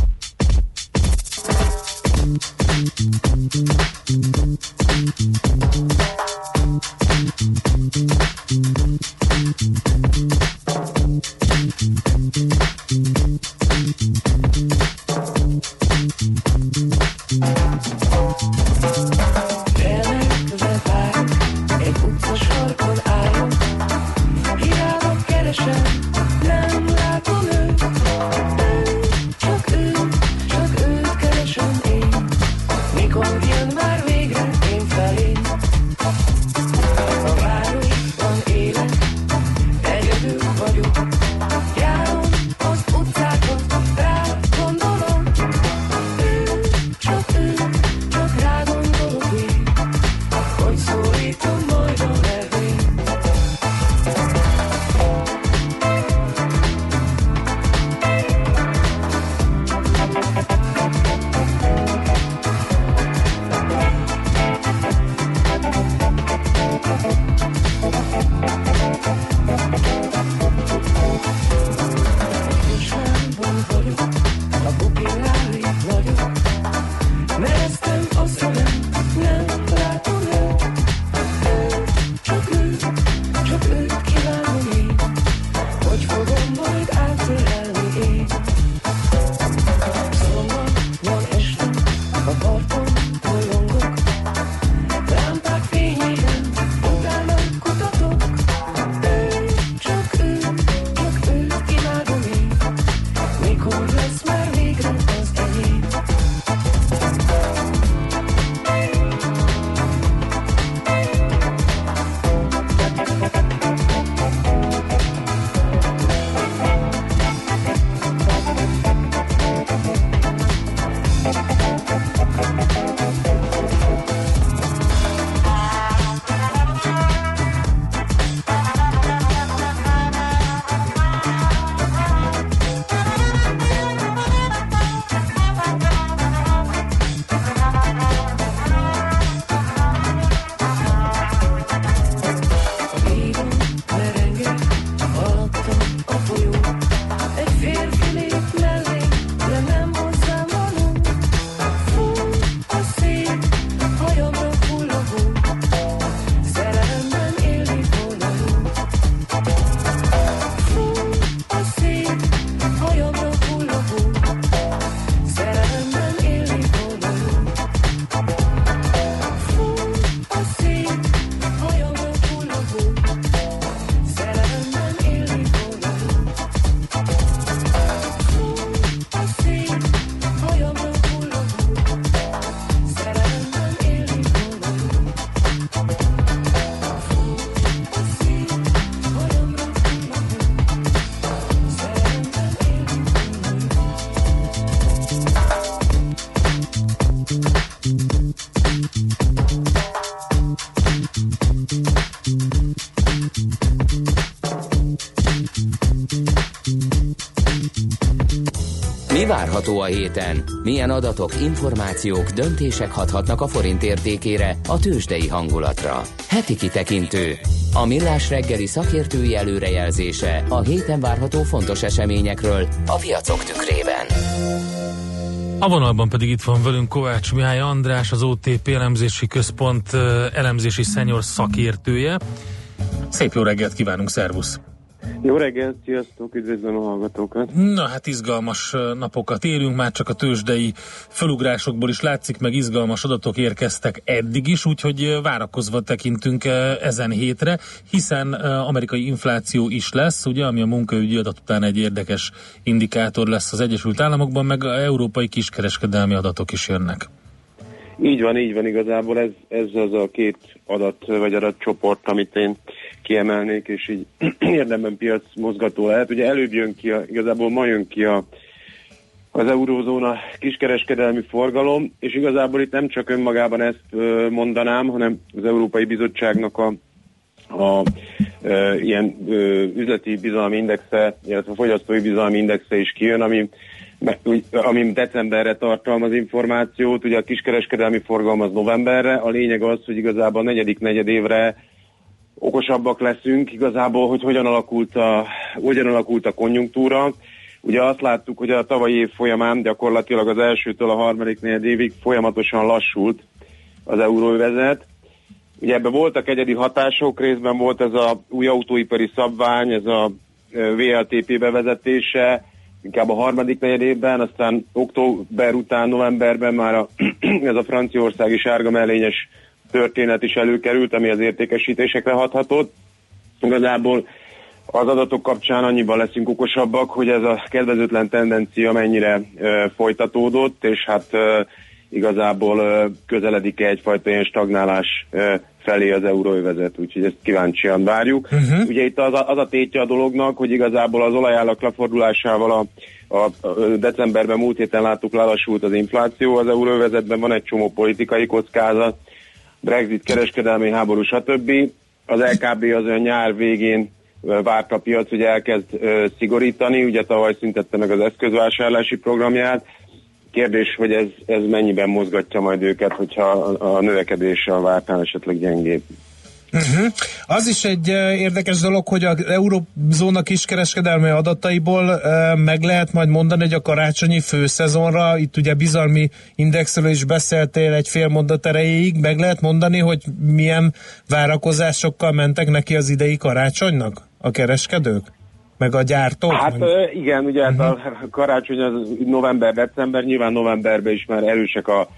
Mi várható a héten? Milyen adatok, információk, döntések hathatnak a forint értékére, a tőzsdei hangulatra? Heti kitekintő. A Millás reggeli szakértői előrejelzése a héten várható fontos eseményekről a piacok tükrében. A vonalban pedig itt van velünk Kovács Mihály András, az OTP elemzési központ elemzési senior szakértője. Szép jó reggelt kívánunk, szervusz! Jó reggelt, sziasztok, üdvözlöm a hallgatókat! Na hát izgalmas napokat érünk, már csak a tőzsdei fölugrásokból is látszik, meg izgalmas adatok érkeztek eddig is, úgyhogy várakozva tekintünk ezen hétre, hiszen amerikai infláció is lesz, ugye, ami a munkaügyi adat után egy érdekes indikátor lesz az Egyesült Államokban, meg a európai kiskereskedelmi adatok is jönnek. Így van, igazából ez az a két adat, vagy adatcsoport, amit én kiemelnék, és így érdemben piac mozgató lehet. Ugye előbb jön ki, igazából ma jön ki az eurózóna kiskereskedelmi forgalom, és igazából itt nem csak önmagában ezt mondanám, hanem az Európai Bizottságnak a ilyen üzleti bizalmi indexe, illetve a fogyasztói bizalmi indexe is kijön, ami decemberre tartalmaz információt, ugye a kiskereskedelmi forgalom az novemberre, a lényeg az, hogy igazából a negyedik negyedévre okosabbak leszünk igazából, hogy hogyan alakult a konjunktúra. Ugye azt láttuk, hogy a tavalyi év folyamán gyakorlatilag az elsőtől a harmadik negyedévig folyamatosan lassult az euróövezet. Ugye ebben voltak egyedi hatások, részben volt ez az új autóipari szabvány, ez a VLTP bevezetése, inkább a harmadik negyedévben, aztán október után, novemberben már ez a franciaországi sárga mellényes történet is előkerült, ami az értékesítésekre hathatott. Igazából az adatok kapcsán annyiban leszünk okosabbak, hogy ez a kedvezőtlen tendencia mennyire folytatódott, és hát igazából közeledik egyfajta ilyen stagnálás felé az euróövezet, úgyhogy ezt kíváncsian várjuk. Ugye itt az a tétje a dolognak, hogy igazából az olajárak lefordulásával a decemberben múlt héten láttuk, lelassult az infláció, az euróövezetben van egy csomó politikai kockázat, Brexit, kereskedelmi háború, stb. Az LKB az olyan nyár végén várt a piac, hogy elkezd szigorítani, ugye tavaly szüntette meg az eszközvásárlási programját. Kérdés, hogy ez mennyiben mozgatja majd őket, hogyha a növekedés a vártán esetleg gyengébb. Az is egy érdekes dolog, hogy az eurózóna kiskereskedelmi adataiból meg lehet majd mondani, hogy a karácsonyi főszezonra, itt ugye bizalmi indexről is beszéltél egy fél mondat erejéig, meg lehet mondani, hogy milyen várakozásokkal mentek neki az idei karácsonynak a kereskedők? Meg a gyártók? Hát igen, ugye hát a karácsony az november-december, nyilván novemberben is már erősek a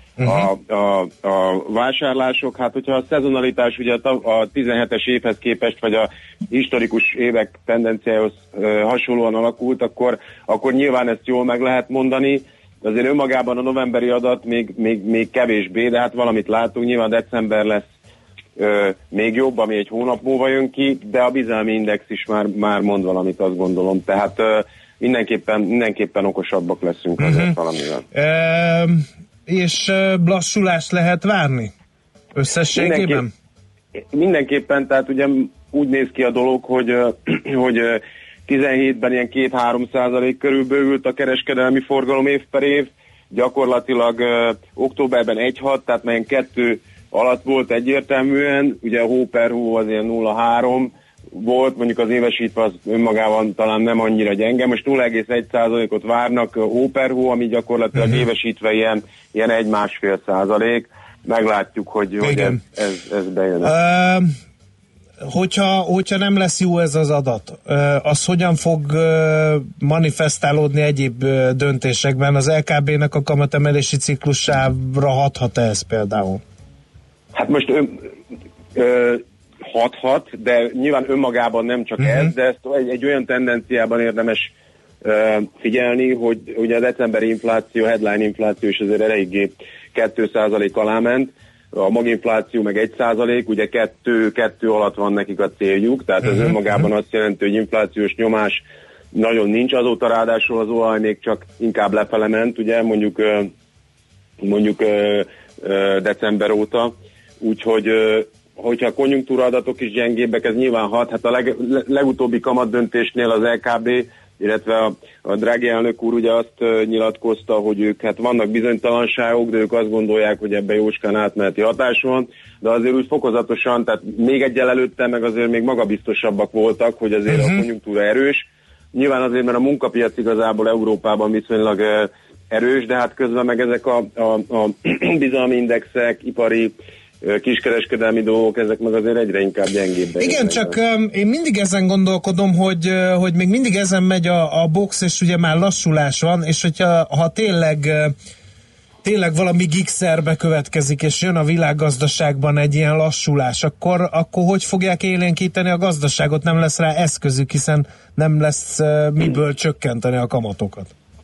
vásárlások. Hát hogyha a szezonalitás ugye a 17-es évhez képest, vagy a historikus évek tendenciához hasonlóan alakult, akkor nyilván ezt jól meg lehet mondani. Azért önmagában a novemberi adat még kevésbé, de hát valamit látunk, nyilván december lesz még jobb, ami egy hónap múlva jön ki, de a bizalmi index is már mond valamit, azt gondolom. Tehát mindenképpen okosabbak leszünk azért valamivel. És lassulást lehet várni? Összességében? Mindenképpen, tehát ugye úgy néz ki a dolog, hogy 17-ben ilyen 2-3% körül bővült a kereskedelmi forgalom év per év, gyakorlatilag októberben 1,6, tehát melyen 2 alatt volt egyértelműen, ugye a hó per hó az ilyen 0,3 volt, mondjuk az évesítve az önmagában talán nem annyira gyenge, most 0,1%-ot várnak hó per hó, ami gyakorlatilag évesítve ilyen 1,5%. Meglátjuk, hogy ez bejön. Hogyha nem lesz jó ez az adat, az hogyan fog manifestálódni egyéb döntésekben? Az LKB-nek a kamatemelési ciklusára hathat-e ez például? Hát most hathat, de nyilván önmagában nem csak ez, de ezt egy olyan tendenciában érdemes figyelni, hogy ugye a decemberi infláció, headline infláció is azért eléggé 2% alá ment, a maginfláció meg 1%, ugye 2 alatt van nekik a céljuk, tehát ez önmagában azt jelenti, hogy inflációs nyomás nagyon nincs, azóta ráadásul az olaj még csak inkább lefele ment, ugye mondjuk december óta, úgyhogy hogyha a konjunktúra adatok is gyengébbek, ez nyilván hat. Hát a legutóbbi kamatdöntésnél az LKB, illetve a Draghi elnök úr ugye azt nyilatkozta, hogy ők hát vannak bizonytalanságok, de ők azt gondolják, hogy ebben jóskán átmeneti hatás van, de azért úgy fokozatosan, tehát még egyel előtte meg azért még magabiztosabbak voltak, hogy azért a konjunktúra erős. Nyilván azért, mert a munkapiac igazából Európában viszonylag erős, de hát közben meg ezek a bizalmi indexek, ipari, kiskereskedelmi dolgok, ezek meg azért egyre inkább gyengébbek. Igen, csak én mindig ezen gondolkodom, hogy még mindig ezen megy a box, és ugye már lassulás van, és hogyha tényleg valami gigszerbe következik, és jön a világgazdaságban egy ilyen lassulás, akkor hogy fogják élénkíteni a gazdaságot? Nem lesz rá eszközük, hiszen nem lesz miből csökkenteni a kamatokat.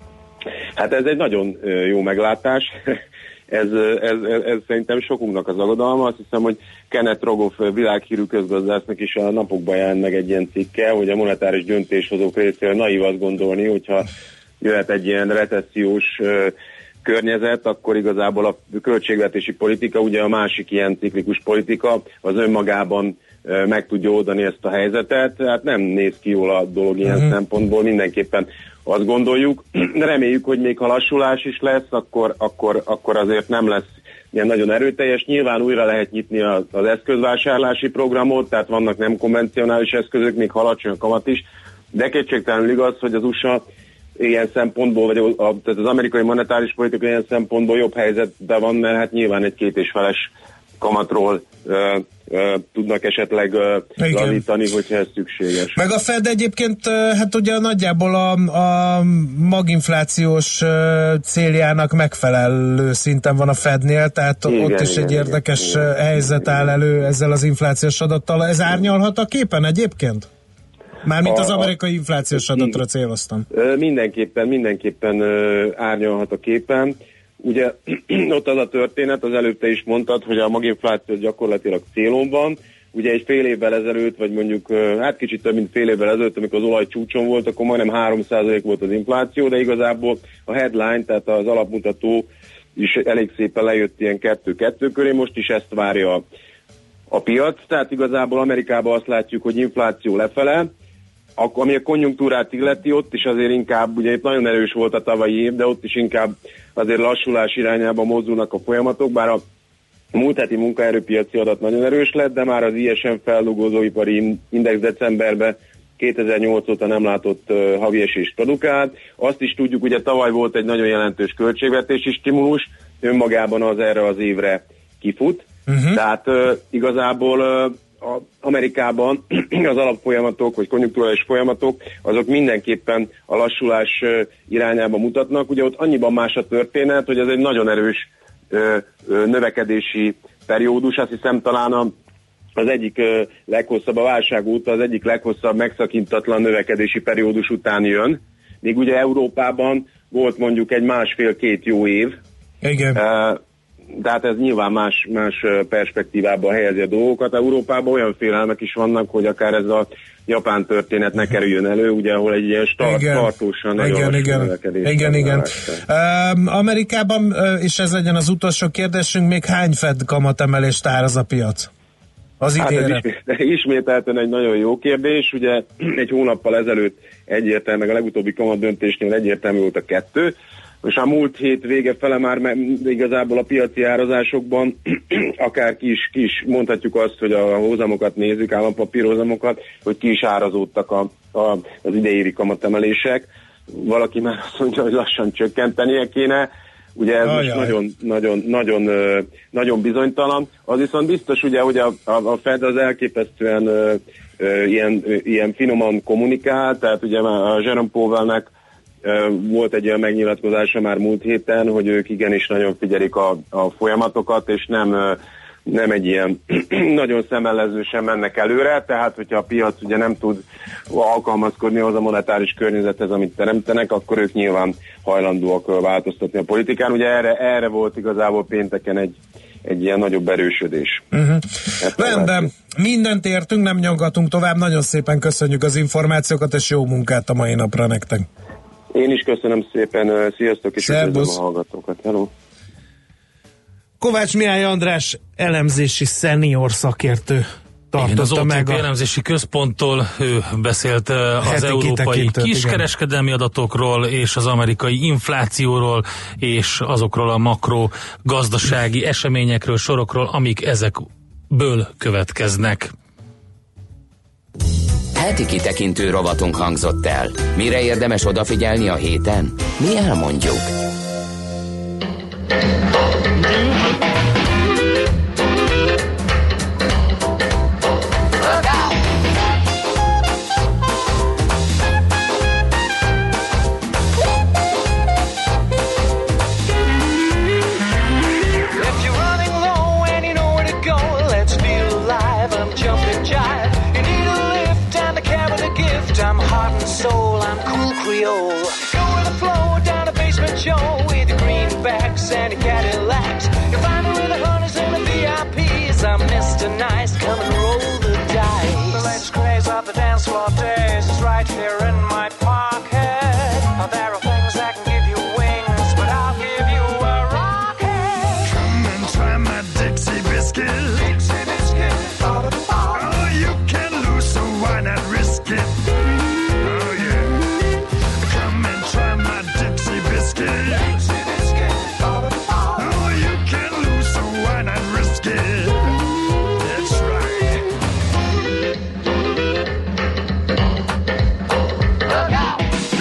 Hát ez egy nagyon jó meglátás. Ez szerintem sokunknak az aggodalma. Azt hiszem, hogy Kenneth Rogoff világhírű közgazdásznak is a napokban jelent meg egy ilyen cikke, hogy a monetáris döntéshozók részéről naív azt gondolni, hogyha jöhet egy ilyen recessziós környezet, akkor igazából a költségvetési politika, ugye a másik ilyen ciklikus politika, az önmagában meg tudja oldani ezt a helyzetet. Hát nem néz ki jól a dolog ilyen szempontból, mindenképpen azt gondoljuk. Reméljük, hogy még ha lassulás is lesz, akkor azért nem lesz ilyen nagyon erőteljes. Nyilván újra lehet nyitni az eszközvásárlási programot, tehát vannak nem konvencionális eszközök, még alacsony a kamat is, de kétségtelenül igaz, hogy az USA ilyen szempontból, tehát az amerikai monetáris politika ilyen szempontból jobb helyzetben van, mert hát nyilván egy 2,5-es kamatról tudnak esetleg lazítani, hogyha ez szükséges. Meg a Fed egyébként, hát ugye nagyjából a maginflációs céljának megfelelő szinten van a Fednél, tehát ott is egy érdekes helyzet áll elő ezzel az inflációs adattal. Ez árnyalhat a képen egyébként? Mármint az amerikai inflációs adatra céloztam. Mindenképpen árnyalhat a képen. Ugye ott az a történet, az előbb te is mondtad, hogy a maginfláció gyakorlatilag célon van. Ugye egy fél évvel ezelőtt, vagy mondjuk hát kicsit több mint fél évvel ezelőtt, amikor az olaj csúcson volt, akkor majdnem 3% volt az infláció, de igazából a headline, tehát az alapmutató is elég szépen lejött ilyen 2-2 köré, most is ezt várja a piac. Tehát igazából Amerikában azt látjuk, hogy infláció lefele, ami a konjunktúrát illeti, ott is azért inkább, ugye itt nagyon erős volt a tavalyi év, de ott is inkább azért lassulás irányába mozdulnak a folyamatok, bár a múlt heti munkaerőpiaci adat nagyon erős lett, de már az ISM feldolgozóipari index decemberben 2008 óta nem látott havi esést produkált. Azt is tudjuk, ugye tavaly volt egy nagyon jelentős költségvetési stimulus, önmagában az erre az évre kifut. Tehát igazából Amerikában az alapfolyamatok, vagy konjunkturális folyamatok, azok mindenképpen a lassulás irányába mutatnak. Ugye ott annyiban más a történet, hogy ez egy nagyon erős növekedési periódus. Azt hiszem talán az egyik leghosszabb, a válság óta az egyik leghosszabb megszakintatlan növekedési periódus után jön. Míg ugye Európában volt mondjuk egy 1,5-2 jó év. Igen. De hát ez nyilván más perspektívába helyezi a dolgokat. Európában olyan félelmek is vannak, hogy akár ez a japán történet ne kerüljön elő, ugye, ahol egy ilyen tartósan nagyon növekedés. Igen. Amerikában, és ez legyen az utolsó kérdésünk, még hány Fed kamatemelést áraz a piac? Az idénre? Hát ismételten egy nagyon jó kérdés. Ugye egy hónappal ezelőtt egyértelmű, meg a legutóbbi kamatdöntésnél egyértelmű volt a 2. És a múlt hét vége fele már igazából a piaci árazásokban akár ki is mondhatjuk azt, hogy a hozamokat nézzük, állampapírhozamokat, hogy ki is árazódtak az idei kamatemelések. Valaki már azt mondja, hogy lassan csökkentenie kéne. Ugye ez most nagyon bizonytalan. Az viszont biztos, ugye, hogy a Fed az elképesztően ilyen finoman kommunikál, tehát ugye a Jerome Powellnek volt egy olyan megnyilatkozása már múlt héten, hogy ők igenis nagyon figyelik a folyamatokat, és nem egy ilyen nagyon szemellenzősen mennek előre, tehát hogyha a piac ugye nem tud alkalmazkodni az a monetáris környezethez, amit teremtenek, akkor ők nyilván hajlandóak változtatni a politikán. Ugye erre volt igazából pénteken egy ilyen nagyobb erősödés. Rendben, mindent értünk, nem nyomgatunk tovább, nagyon szépen köszönjük az információkat, és jó munkát a mai napra nektek. Én is köszönöm szépen, sziasztok, és üdvözlöm a hallgatókat. Hello! Kovács Mihály András elemzési szenior szakértő tartotta meg. Az elemzési központtól ő beszélt az európai kiskereskedelmi adatokról, és az amerikai inflációról, és azokról a makro gazdasági eseményekről, sorokról, amik ezekből következnek. Heti kitekintő rovatunk hangzott el. Mire érdemes odafigyelni a héten? Mi elmondjuk. right here in my pocket. There are things that can give you wings, but I'll give you a rocket. Come and try my Dixie biscuit. Dixie biscuit. Oh, you can lose, so why not risk it? Oh yeah. Come and try my Dixie biscuit. Dixie biscuit. Oh, you can lose, so why not risk it? That's right. Look out!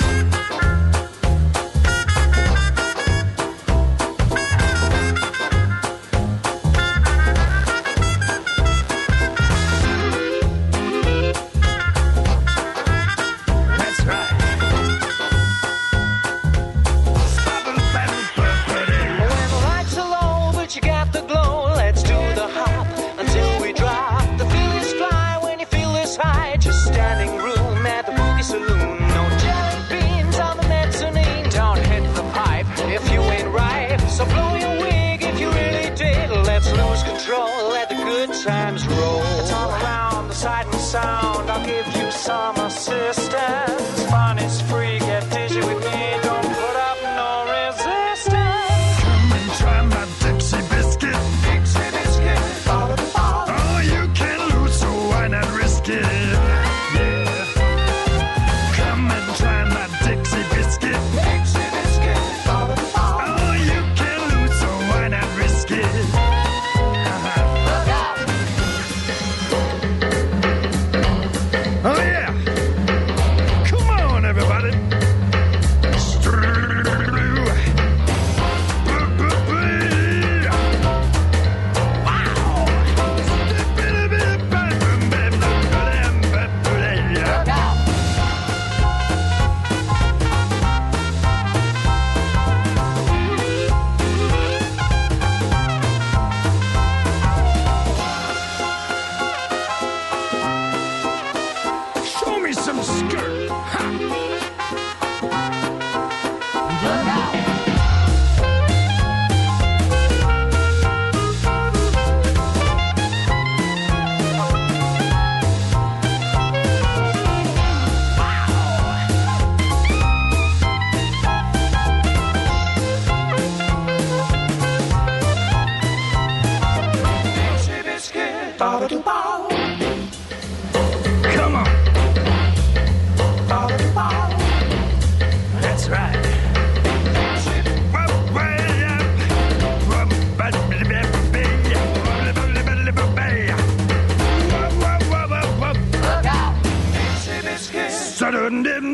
That's right. When the lights are low, but you got the glow, let's do the hop until we drop. The feelings fly when you feel this high. Just standing room at the boogie saloon. No jelly beans on the mezzanine. Don't hit the pipe if you ain't right. So blow your wig if you really did. Let's lose control, let the good times roll. It's all around the sight and sound. I'll give you some assistance. Fun is free, get dizzy with me. Don't put up no resistance. Come and try my Dixie biscuit. Dixie biscuit. Oh, you can lose, so why not risk it? Yeah. Come and try my Dixie biscuit. Dixie biscuit. Oh, you can lose, so why not risk it? Look out! Oh yeah! Come on, everybody! Look out! Show me some skirt! Ha! Look out! Dixie biscuit. Come on! That's right. Look out! Dixie biscuit.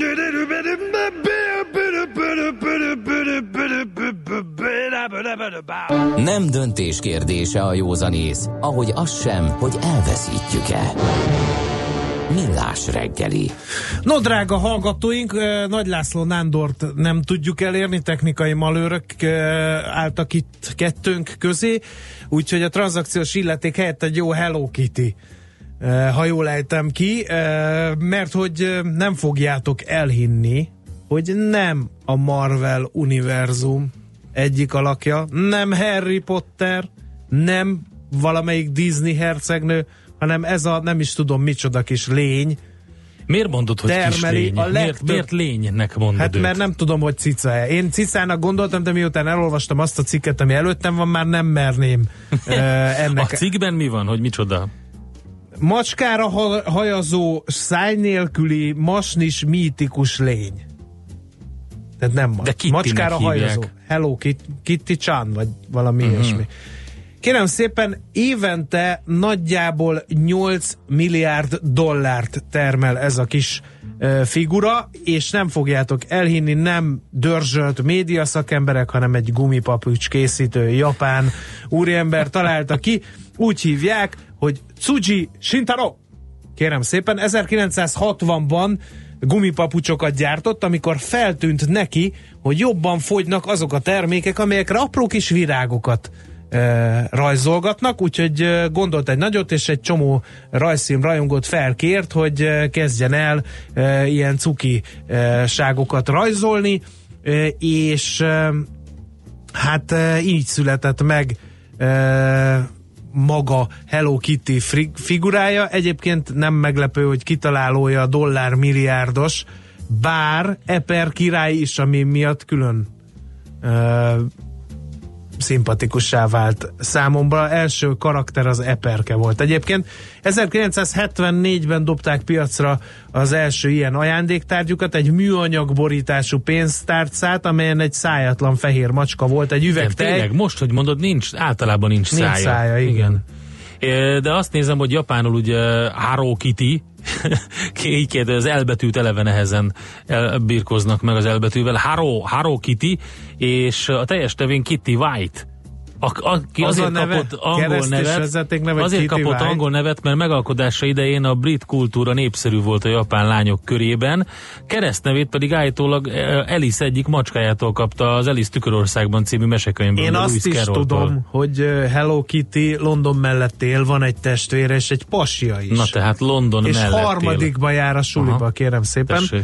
Nem döntés kérdése a józanész, ahogy az sem, hogy elveszítjük-e. Millás reggeli. No, drága hallgatóink, Nagy László Nándort nem tudjuk elérni, technikai malőrök álltak itt kettőnk közé, úgyhogy a tranzakciós illeték helyett egy jó Hello Kitty, ha jól ejtem ki, mert hogy nem fogjátok elhinni, hogy nem a Marvel univerzum egyik alakja, nem Harry Potter, nem valamelyik Disney hercegnő, hanem ez a nem is tudom micsoda kis lény. Miért mondod, hogy kis lény? Miért lénynek mondod Hát őt? mert nem tudom, hogy cica-e. Én cicának gondoltam, de miután elolvastam azt a cikket, ami előttem van, már nem merném ennek. A cikkben mi van, hogy micsoda? Macskára hajazó, száj nélküli, masnis, mítikus lény. Tehát nem De Kittynek macskára hívják. hajazó. Hello Kitty Chan, vagy valami ilyesmi. Kérem szépen, évente nagyjából 8 milliárd dollárt termel ez a kis figura, és nem fogjátok elhinni, nem dörzsölt média szakemberek, hanem egy gumipapucs készítő japán úriember találta ki. Úgy hívják, hogy Tsuji Shintaro. Kérem szépen, 1960-ban gumipapucsokat gyártott, amikor feltűnt neki, hogy jobban fogynak azok a termékek, amelyekre apró kis virágokat rajzolgatnak, úgyhogy gondolt egy nagyot, és egy csomó rajzszín rajongót felkért, hogy kezdjen el ilyen cukiságokat rajzolni, és hát így született meg maga Hello Kitty figurája. Egyébként nem meglepő, hogy kitalálója dollármilliárdos, bár Eper király is, ami miatt külön szimpatikussá vált számomra. Első karakter az Eperke volt. Egyébként 1974-ben dobták piacra az első ilyen ajándéktárgyukat, egy műanyag borítású pénztárcát, amelyen egy szájatlan fehér macska volt, egy üvegtej. Tényleg, most, hogy mondod, általában nincs szája. Nincs szája, igen. De azt nézem, hogy japánul ugye Hello Kitty, így az elbetűt eleve nehezen birkoznak meg az elbetűvel. Hello Kitty, és a teljes nevén Kitty White. Aki azért kapott angol nevet, angol nevet, mert megalkodása idején a brit kultúra népszerű volt a japán lányok körében. Keresztnevét pedig állítólag Alice egyik macskájától kapta, az Alice Tükörországban című mesekönyvből. Én azt is tudom, hogy Hello Kitty London mellett él, van egy testvére és egy pasja is. Na tehát London és mellett harmadikba jár a suliba, kérem szépen. Tessék.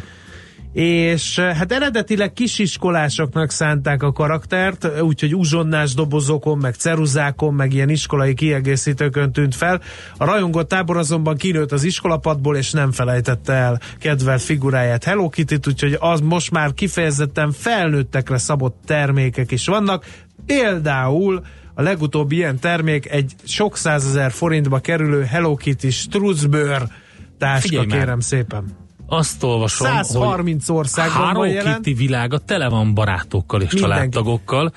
És hát eredetileg kisiskolásoknak szánták a karaktert, úgyhogy uzsonnás dobozokon, meg ceruzákon, meg ilyen iskolai kiegészítőkön tűnt fel. A rajongó tábor azonban kinőtt az iskolapadból, és nem felejtette el kedvelt figuráját, Hello Kittyt, úgyhogy az most már kifejezetten felnőttekre szabott termékek is vannak. Például a legutóbbi ilyen termék egy sok százezer forintba kerülő Hello Kitty strucbőr táska, kérem szépen. Azt olvasom, 130 országban van jelen. Hello Kitty világa tele van barátokkal és családtagokkal.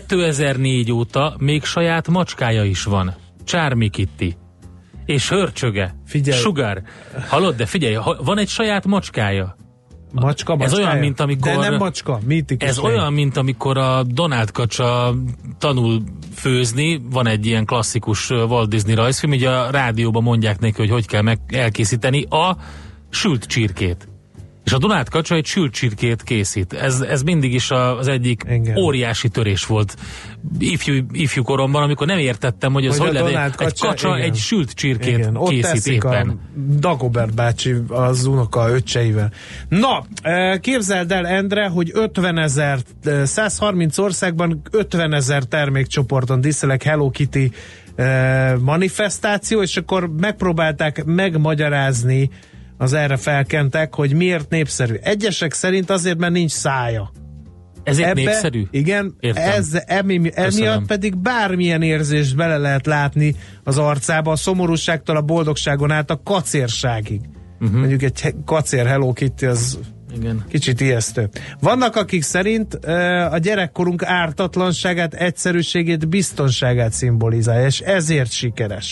2004 óta még saját macskája is van. Charmy Kitty. És hörcsöge. Figyelj. Sugar. Hallod, de figyelj, van egy saját macskája. Ez olyan, mint amikor... De nem macska, mítikus. Ez olyan, mint amikor a Donald kacsa tanul főzni, van egy ilyen klasszikus Walt Disney rajzfilm, ugye a rádióban mondják neki, hogy kell elkészíteni a sült csirkét. És a Donald kacsa egy sült csirkét készít. Ez mindig is az egyik óriási törés volt ifjú koromban, amikor nem értettem, hogy ez hogy lehet egy kacsa egy sült csirkét készít éppen. A Dagobert bácsi az unoka öccseivel. Na, képzeld el, Endre, hogy 130 országban 50 000 termékcsoporton díszelek Hello Kitty manifestáció, és akkor megpróbálták megmagyarázni az erre felkentek, hogy miért népszerű. Egyesek szerint azért, mert nincs szája. Ezért népszerű? Igen, emiatt pedig bármilyen érzést bele lehet látni az arcába, a szomorúságtól a boldogságon át a kacérságig. Mondjuk egy kacér Hello Kitty az kicsit ijesztő. Vannak, akik szerint a gyerekkorunk ártatlanságát, egyszerűségét, biztonságát szimbolizálja, és ezért sikeres.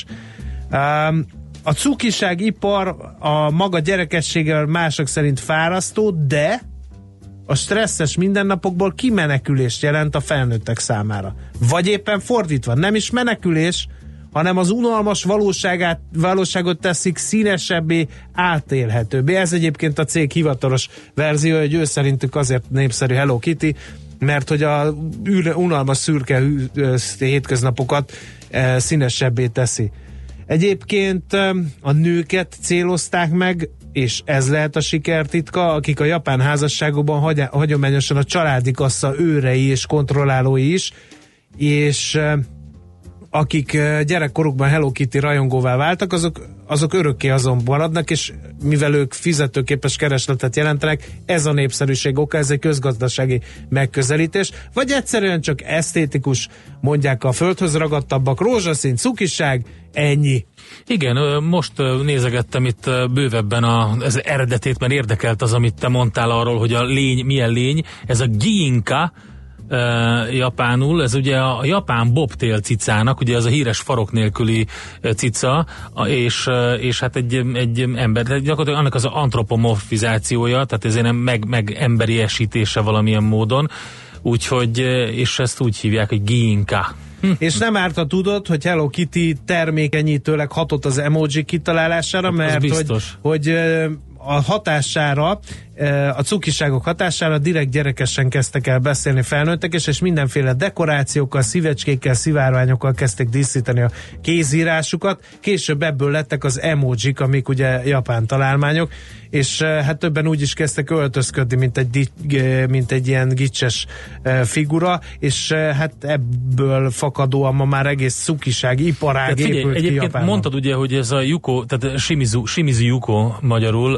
A cukiságipar a maga gyerekességével mások szerint fárasztó, de a stresszes mindennapokból kimenekülést jelent a felnőttek számára. Vagy éppen fordítva, nem is menekülés, hanem az unalmas valóságot teszik színesebbé, átélhetőbbé. Ez egyébként a cég hivatalos verzió, hogy ő szerintük azért népszerű Hello Kitty, mert hogy a unalmas szürke hétköznapokat színesebbé teszi. Egyébként a nőket célozták meg, és ez lehet a sikertitka, akik a japán házasságokban hagyományosan a családi kassa őrei és kontrollálói is, és akik gyerekkorukban Hello Kitty rajongóvá váltak, azok örökké azon maradnak, és mivel ők fizetőképes keresletet jelentenek, ez a népszerűség oka, ez egy közgazdasági megközelítés, vagy egyszerűen csak esztétikus, mondják a földhöz ragadtabbak, rózsaszín, cukiság, ennyi. Igen, most nézegettem itt bővebben az eredetét, mert érdekelt az, amit te mondtál arról, hogy a lény milyen lény, ez a Giinka, japánul, ez ugye a japán bobtail cicának, ugye ez a híres farok nélküli cica, és hát egy ember, gyakorlatilag annak az antropomorfizációja, tehát ezért meg emberiesítése valamilyen módon, úgyhogy, és ezt úgy hívják, hogy Giinka. És nem árt, ha tudod, hogy Hello Kitty termékenyítőleg hatott az emoji kitalálására, mert hogy a hatására a cukiságok hatására direkt gyerekesen kezdtek el beszélni felnőttek, és mindenféle dekorációkkal, szívecskékkel, szivárványokkal kezdték díszíteni a kézírásukat. Később ebből lettek az emojik, amik ugye japán találmányok, és hát többen úgy is kezdtek öltözködni, mint egy ilyen gicses figura, és hát ebből fakadóan ma már egész cukiság, iparág épült ki egyébként Japánban. mondtad ugye, hogy ez a Yuko, tehát Shimizu Yuko magyarul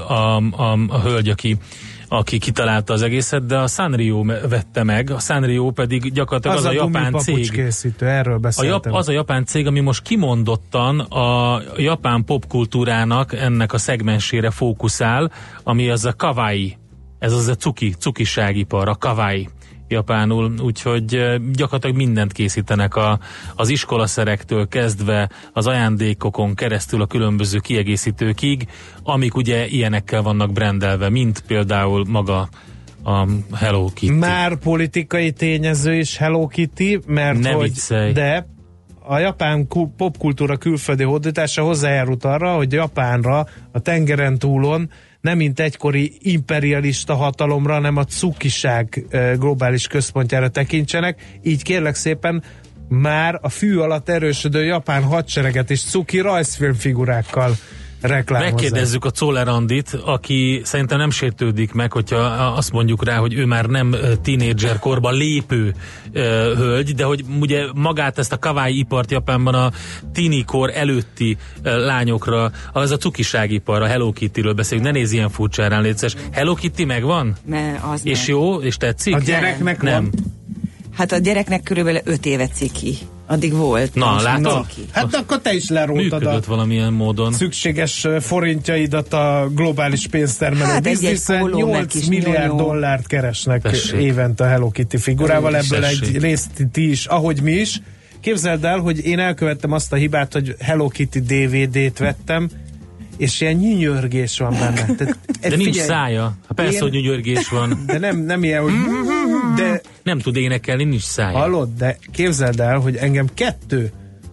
a hölgy, aki kitalálta az egészet, de a Sanrio vette meg, a Sanrio pedig gyakorlatilag az a japán cég. Készítő, erről beszéltem. Az a japán cég, ami most kimondottan a japán popkultúrának ennek a szegmensére fókuszál, ami az a kawaii, ez az a cukiságipar, a kawaii japánul, úgyhogy gyakorlatilag mindent készítenek az iskolaszerektől kezdve az ajándékokon keresztül a különböző kiegészítőkig, amik ugye ilyenekkel vannak brandelve, mint például maga a Hello Kitty. Már politikai tényező is Hello Kitty, mert ne viccelj. De a japán popkultúra külföldi hódítása hozzájárult arra, hogy Japánra a tengeren túlon nem mint egykori imperialista hatalomra, hanem a cukiság globális központjára tekintsenek, így kérlek szépen már a fű alatt erősödő japán hadsereget és cuki rajzfilmfigurákkal reklámozzák. Megkérdezzük a Czoller Andit, aki szerintem nem sértődik meg, hogyha azt mondjuk rá, hogy ő már nem tínédzser korba lépő hölgy, de hogy ugye magát ezt a kawaii ipart Japánban a tini kor előtti lányokra, az a cukiságipar, a Hello Kittyről beszélünk, ne nézz ilyen furcsán rám, létszes. Hello Kitty megvan? Az és nem. jó? És tetszik? A gyereknek nem. van? Hát a gyereknek körülbelül 5 éve ciki. Addig volt. Na, látod? Hát akkor te is lerótad működött valamilyen módon. Szükséges forintjaidat a globális pénztermelő bizniszen. 8 milliárd dollárt keresnek évente a Hello Kitty figurával, ebből egy részt ti is, ahogy mi is. Képzeld el, hogy én elkövettem azt a hibát, hogy Hello Kitty DVD-t vettem, és ilyen nyünyörgés van benne. De nincs szája. Persze, hogy nyünyörgés van. De nem ilyen, hogy... De nem tud énekelni, nincs szája. Hallod? De képzeld el, hogy engem 2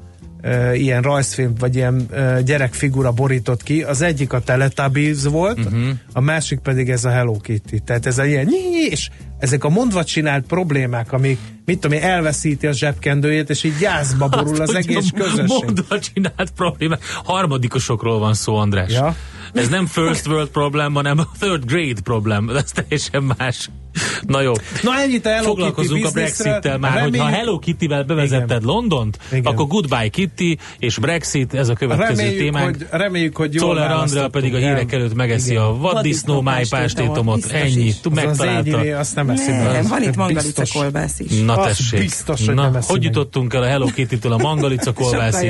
ilyen rajzfilm, vagy ilyen gyerekfigura borított ki. Az egyik a Teletubbies volt, a másik pedig ez a Hello Kitty. Tehát ez a ilyen és ezek a mondva csinált problémák, amik, mit tudom én, elveszíti a zsebkendőjét, és így gyászba borul az egész közösség. Mondva csinált problémák. Harmadikosokról van szó, András. Ja. Ez nem first world problem, hanem third grade problem. Ez teljesen más. Na jó. Na ennyit a Hello foglalkozunk Kitty a Brexittel már, reméljük... hogyha Hello Kittyvel bevezetted Londont, akkor Goodbye Kitty és Brexit, ez a következő témánk. Reméljük, hogy jól Czoller Andrea pedig a hírek előtt megeszi a vaddisznó májpástétomot. Ennyi. Megtalálta. Azt nem eszi be. Van itt mangalica kolbász is. Na tessék. Biztos, hogy nem eszi. Hogy jutottunk el a Hello Kitty-től a mangalica kolbászig?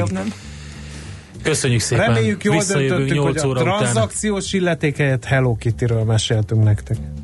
Köszönjük szépen. Reméljük jól döntöttük, hogy a tranzakciós illeték helyett Hello Kitty-ről meséltünk nektek.